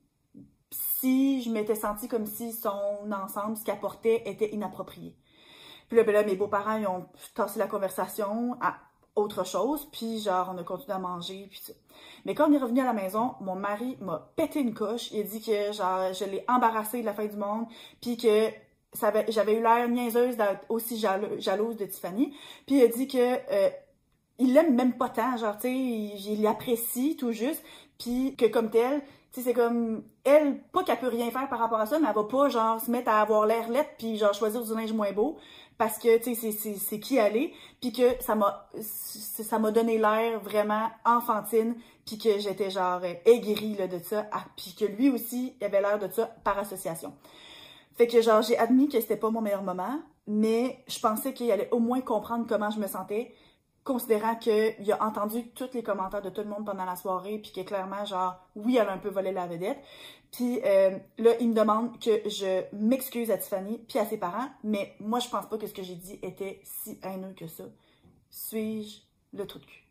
B: si je m'étais sentie comme si son ensemble, ce qu'elle portait, était inapproprié. Puis là, ben là, mes beaux-parents, ils ont tassé la conversation à autre chose, puis genre, on a continué à manger, puis ça. Mais quand on est revenu à la maison, mon mari m'a pété une coche. Il a dit que, genre, je l'ai embarrassée de la fin du monde, puis que j'avais eu l'air niaiseuse d'être aussi jalo jalouse de Tiffany. Puis il a dit que euh, il l'aime même pas tant, genre, tu sais, il, il l'apprécie tout juste, puis que comme tel, tu sais, c'est comme, elle, pas qu'elle peut rien faire par rapport à ça, mais elle va pas, genre, se mettre à avoir l'air laide, puis genre, choisir du linge moins beau, parce que, tu sais, c'est qui elle est, puis que ça m'a ça m'a donné l'air vraiment enfantine, puis que j'étais, genre, aigrie, là, de ça, puis que lui aussi, il avait l'air de ça par association. Fait que, genre, j'ai admis que c'était pas mon meilleur moment, mais je pensais qu'il allait au moins comprendre comment je me sentais, considérant qu'il a entendu tous les commentaires de tout le monde pendant la soirée, puis que clairement, genre, oui, elle a un peu volé la vedette. Puis euh, là, il me demande que je m'excuse à Tiffany, puis à ses parents, mais moi, je pense pas que ce que j'ai dit était si haineux que ça. Suis-je le trou de cul?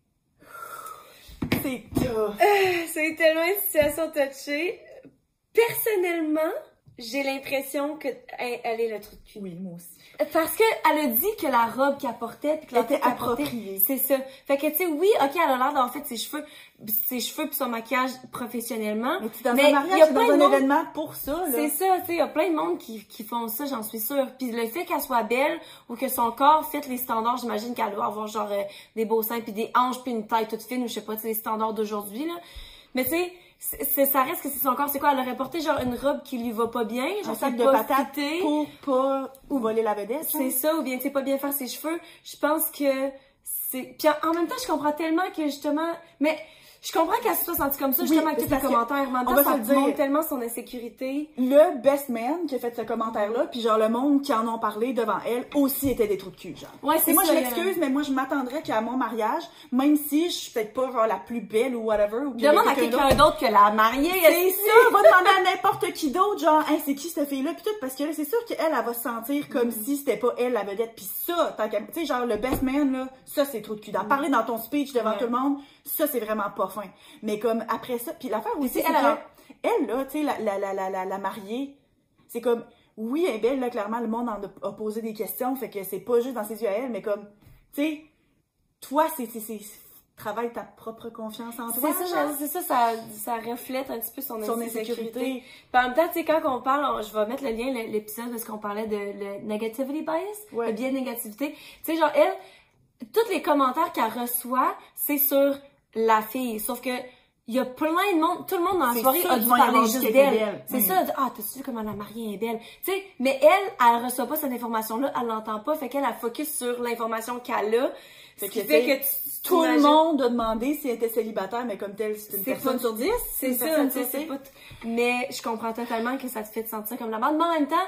B: C'est tough.
A: Euh, c'est tellement une situation touchée. Personnellement, j'ai l'impression que elle, elle est le trou de cul.
B: Oui, moi aussi.
A: Parce qu'elle a dit que la robe qu'elle portait, puis que la
B: était appropriée.
A: C'est ça. Fait que, tu sais, oui, ok, elle a l'air d'avoir fait ses cheveux, ses cheveux puis son maquillage professionnellement.
B: Mais tu dans
A: mais
B: un mariage, c'est dans un monde... événement pour ça, là.
A: C'est ça, tu sais, il y a plein de monde qui, qui font ça, j'en suis sûre. Puis le fait qu'elle soit belle ou que son corps fitte les standards, j'imagine qu'elle doit avoir genre euh, des beaux seins puis des hanches puis une taille toute fine ou je sais pas, tu sais, les standards d'aujourd'hui, là. Mais tu sais, c'est, ça reste que c'est son corps. C'est quoi? Elle aurait porté genre une robe qui lui va pas bien, genre
B: un sac de patates pour pas ou voler la vedette.
A: C'est ça, ou bien tu sais pas bien faire ses cheveux. Je pense que c'est. Puis en, en même temps, je comprends tellement que justement, mais je comprends qu'elle se soit sentie comme ça, justement, avec tous les commentaires. Mais en même temps, ça montre tellement son insécurité.
B: Le best man qui a fait ce commentaire-là, puis genre le monde qui en ont parlé devant elle, aussi était des trous de cul, genre.
A: Ouais, c'est
B: moi,
A: ça.
B: je m'excuse, mais moi, je m'attendrais qu'à mon mariage, même si je suis peut-être pas genre la plus belle ou whatever, ou
A: demande à quelqu'un d'autre que la mariée.
B: C'est ça, va demander à n'importe qui d'autre, genre, hey, c'est qui cette fille-là, puis tout, parce que là, c'est sûr qu'elle, elle va se sentir comme mm. si c'était pas elle la vedette, puis ça, tant qu'à, tu sais, genre, le best man, là, ça, c'est trou de cul. D'en mm. parler dans ton speech devant ouais. tout le monde, ça, c'est vraiment pas fin. Mais comme après ça, puis l'affaire aussi, c'est elle, elle, là, tu sais, la, la, la, la, la, la mariée, c'est comme, oui, elle est belle, là, clairement, le monde en a, a posé des questions, fait que c'est pas juste dans ses yeux à elle, mais comme, tu sais, toi, c'est, c'est, c'est, travaille ta propre confiance en toi.
A: C'est ça, c'est ça, ça, ça reflète un petit peu son,
B: son
A: insécurité.
B: insécurité.
A: Puis en même temps, tu sais, quand on parle, on, je vais mettre le lien, l'épisode de ce qu'on parlait de le negativity bias, ouais. le biais de négativité. Tu sais, genre, elle, tous les commentaires qu'elle reçoit, c'est sur la fille, sauf que il y a plein de monde, tout le monde dans la soirée a dû parler juste d'elle. C'est ça, ah, t'as-tu vu comment la mariée est belle? Tu sais, mais elle, elle reçoit pas cette information-là, elle l'entend pas, fait qu'elle a focus sur l'information qu'elle a. Ce qui fait que tu,
B: tout le monde a demandé si elle était célibataire, mais comme telle, c'est une personne pas, sur dix.
A: C'est ça, tu sais, pas. Mais je comprends totalement que ça te fait te sentir comme la merde. Mais en même temps,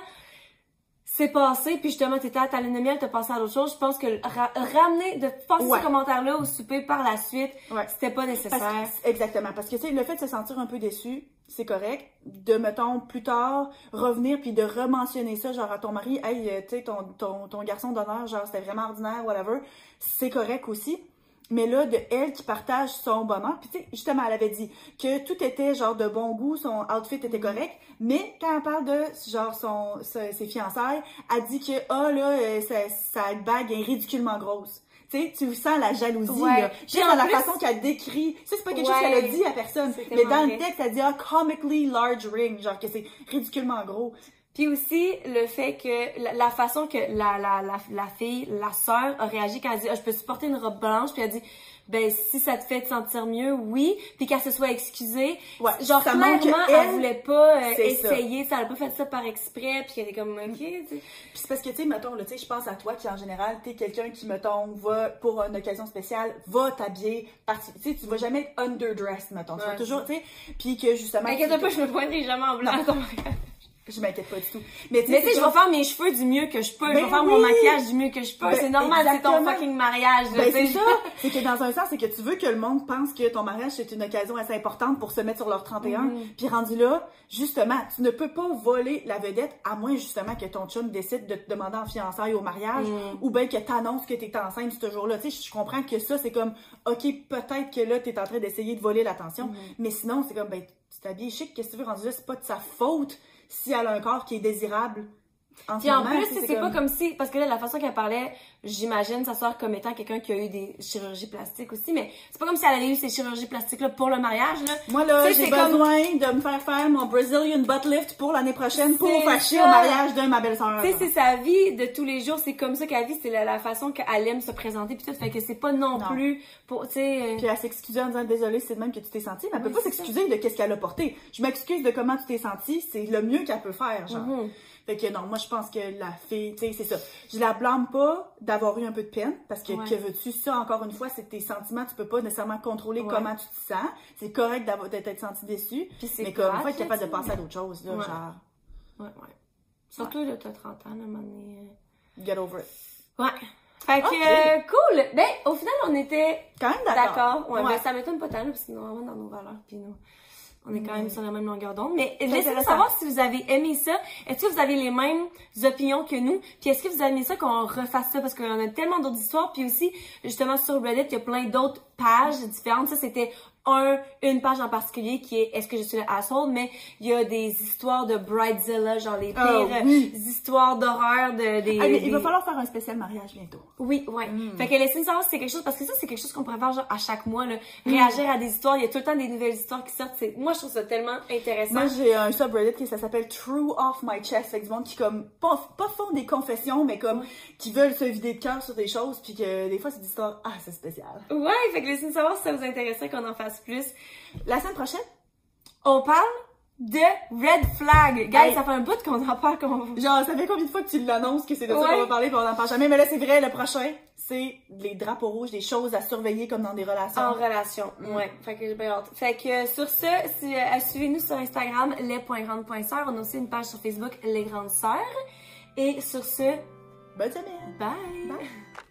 A: c'est passé, puis justement, t'étais à ta lune de miel, t'as passé à d'autres choses. Je pense que ra ramener, de passer ouais. ce commentaire-là au souper par la suite, ouais. c'était pas nécessaire.
B: Parce que, exactement. Parce que, tu sais, le fait de se sentir un peu déçu, c'est correct. De, mettons, plus tard, revenir puis de rementionner ça, genre à ton mari, hey, tu sais, ton, ton, ton garçon d'honneur, genre, c'était vraiment ordinaire, whatever. C'est correct aussi. mais là, de elle qui partage son bonheur. Puis tu sais, justement, elle avait dit que tout était genre de bon goût, son outfit était correct, mais quand elle parle de genre son, ses fiançailles, elle dit que, ah oh, là, sa, sa bague est ridiculement grosse. Tu sais, tu sens la jalousie,
A: ouais.
B: là. Juste dans la plus... façon qu'elle décrit. Ça, c'est pas quelque ouais. chose qu'elle a dit à personne. Mais dans le texte, elle dit, ah, comically large ring. Genre que c'est ridiculement gros.
A: Puis aussi, le fait que, la, la façon que la, la, la, la fille, la sœur a réagi quand elle dit, ah, je peux supporter une robe blanche, puis elle dit, ben, si ça te fait te sentir mieux, oui, puis qu'elle se soit excusée. Ouais, genre, clairement, elle, elle voulait pas euh, essayer, ça. Elle a pas fait ça par exprès, puis elle était comme, ok, tu sais.
B: Puis c'est parce que, tu sais, mettons, là, tu sais, je pense à toi qui, en général, t'es quelqu'un qui, mettons, va, pour une occasion spéciale, va t'habiller, tu sais, tu vas jamais être underdressed, mettons. Tu vas toujours, tu sais, puis que, justement...
A: Inquiète-toi pas, je me pointerai jamais en blanc.
B: Je m'inquiète pas du tout. Mais tu
A: sais, je vais faire mes cheveux du mieux que je peux. Ben je vais faire oui. mon maquillage du mieux que je peux. Ben, c'est normal, c'est ton fucking mariage.
B: Ben, c'est ça. C'est que dans un sens, c'est que tu veux que le monde pense que ton mariage, c'est une occasion assez importante pour se mettre sur leur trente et un. Mm. Puis rendu là, justement, tu ne peux pas voler la vedette, à moins justement que ton chum décide de te demander en fiançailles au mariage, mm. ou bien que t'annonces que t'es enceinte ce jour-là. Tu sais, je comprends que ça, c'est comme, OK, peut-être que là, t'es en train d'essayer de voler l'attention. Mm. Mais sinon, c'est comme, ben, tu t'habilles chic, qu'est-ce que tu veux, rendu là, c'est pas de sa faute si elle a un corps qui est désirable. En
A: Puis en plus, c'est comme... pas comme si... Parce que là, la façon qu'elle parlait, j'imagine sa sœur comme étant quelqu'un qui a eu des chirurgies plastiques aussi, mais c'est pas comme si elle avait eu ces chirurgies plastiques-là pour le mariage, là.
B: Moi, là, j'ai besoin comme... de me faire faire mon Brazilian butt lift pour l'année prochaine pour faire chier au mariage de ma belle-sœur.
A: Tu sais, c'est sa vie de tous les jours, c'est comme ça qu'elle vit, c'est la, la façon qu'elle aime se présenter, puis tout, fait que c'est pas non, non. plus pour, tu sais...
B: Puis elle s'excusait en disant, désolée, c'est de même que tu t'es sentie, mais elle oui, peut pas s'excuser de qu'est-ce qu'elle a porté. Je m'excuse de comment tu t'es sentie, c'est le mieux qu'elle peut faire, genre. Mm-hmm. Fait que non, moi je pense que la fille, tu sais, c'est ça. Je la blâme pas d'avoir eu un peu de peine, parce que ouais. que veux-tu, ça encore une fois, c'est tes sentiments, tu peux pas nécessairement contrôler ouais. comment tu te sens. C'est correct d'avoir d'être senti déçu, mais comme il faut être capable de penser à d'autres choses, là,
A: ouais.
B: genre.
A: Ouais, ouais. Surtout ouais. là, t'as trente ans, là, à un moment donné.
B: Get over it.
A: Ouais. Fait que, okay. euh, cool! Ben, au final, on était
B: quand même d'accord.
A: Ouais,
B: ouais.
A: Ben, ça m'étonne pas tant, parce que nous, vraiment dans nos valeurs, puis nous... On est quand même sur la même longueur d'onde. Mais laissez-nous savoir si vous avez aimé ça. Est-ce que vous avez les mêmes opinions que nous? Puis est-ce que vous avez aimé ça qu'on refasse ça? Parce qu'on a tellement d'autres histoires. Puis aussi, justement, sur Reddit, il y a plein d'autres pages différentes. Ça, c'était un, une page en particulier qui est « Est-ce que je suis le asshole? » Mais il y a des histoires de Bridezilla, genre les pires oh, oui. histoires d'horreur de des,
B: ah, mais
A: des...
B: Il va falloir faire un spécial mariage bientôt.
A: Oui, ouais. Mm. Fait que laissez-nous savoir si c'est quelque chose, parce que ça, c'est quelque chose qu'on pourrait faire genre à chaque mois, là. Réagir mm. à des histoires. Il y a tout le temps des nouvelles histoires qui sortent. Moi, je trouve ça tellement intéressant.
B: Moi, j'ai un subreddit qui ça s'appelle True Off My Chest. Fait que du monde qui comme, pas, pas font des confessions, mais comme, qui veulent se vider de cœur sur des choses, puis que des fois, c'est des histoires, ah, c'est spécial.
A: Ouais, fait que laissez-nous savoir si ça vous intéresserait qu'on en fasse plus.
B: La semaine prochaine,
A: on parle de Red Flag. Guys, hey. Ça fait un bout qu'on en parle. Qu'on...
B: Genre, ça fait combien de fois que tu l'annonces que c'est de ouais. ça qu'on va parler et on n'en parle jamais. Mais là, c'est vrai, le prochain, c'est les drapeaux rouges, des choses à surveiller comme dans des relations.
A: En relation, mm. ouais. Fait que j'ai bien hâte. Fait que sur ce, si, euh, suivez-nous sur Instagram, les point grandes point sœurs. On a aussi une page sur Facebook, Les Grandes Sœurs. Et sur ce,
B: bonne semaine.
A: Bye.
B: Bye.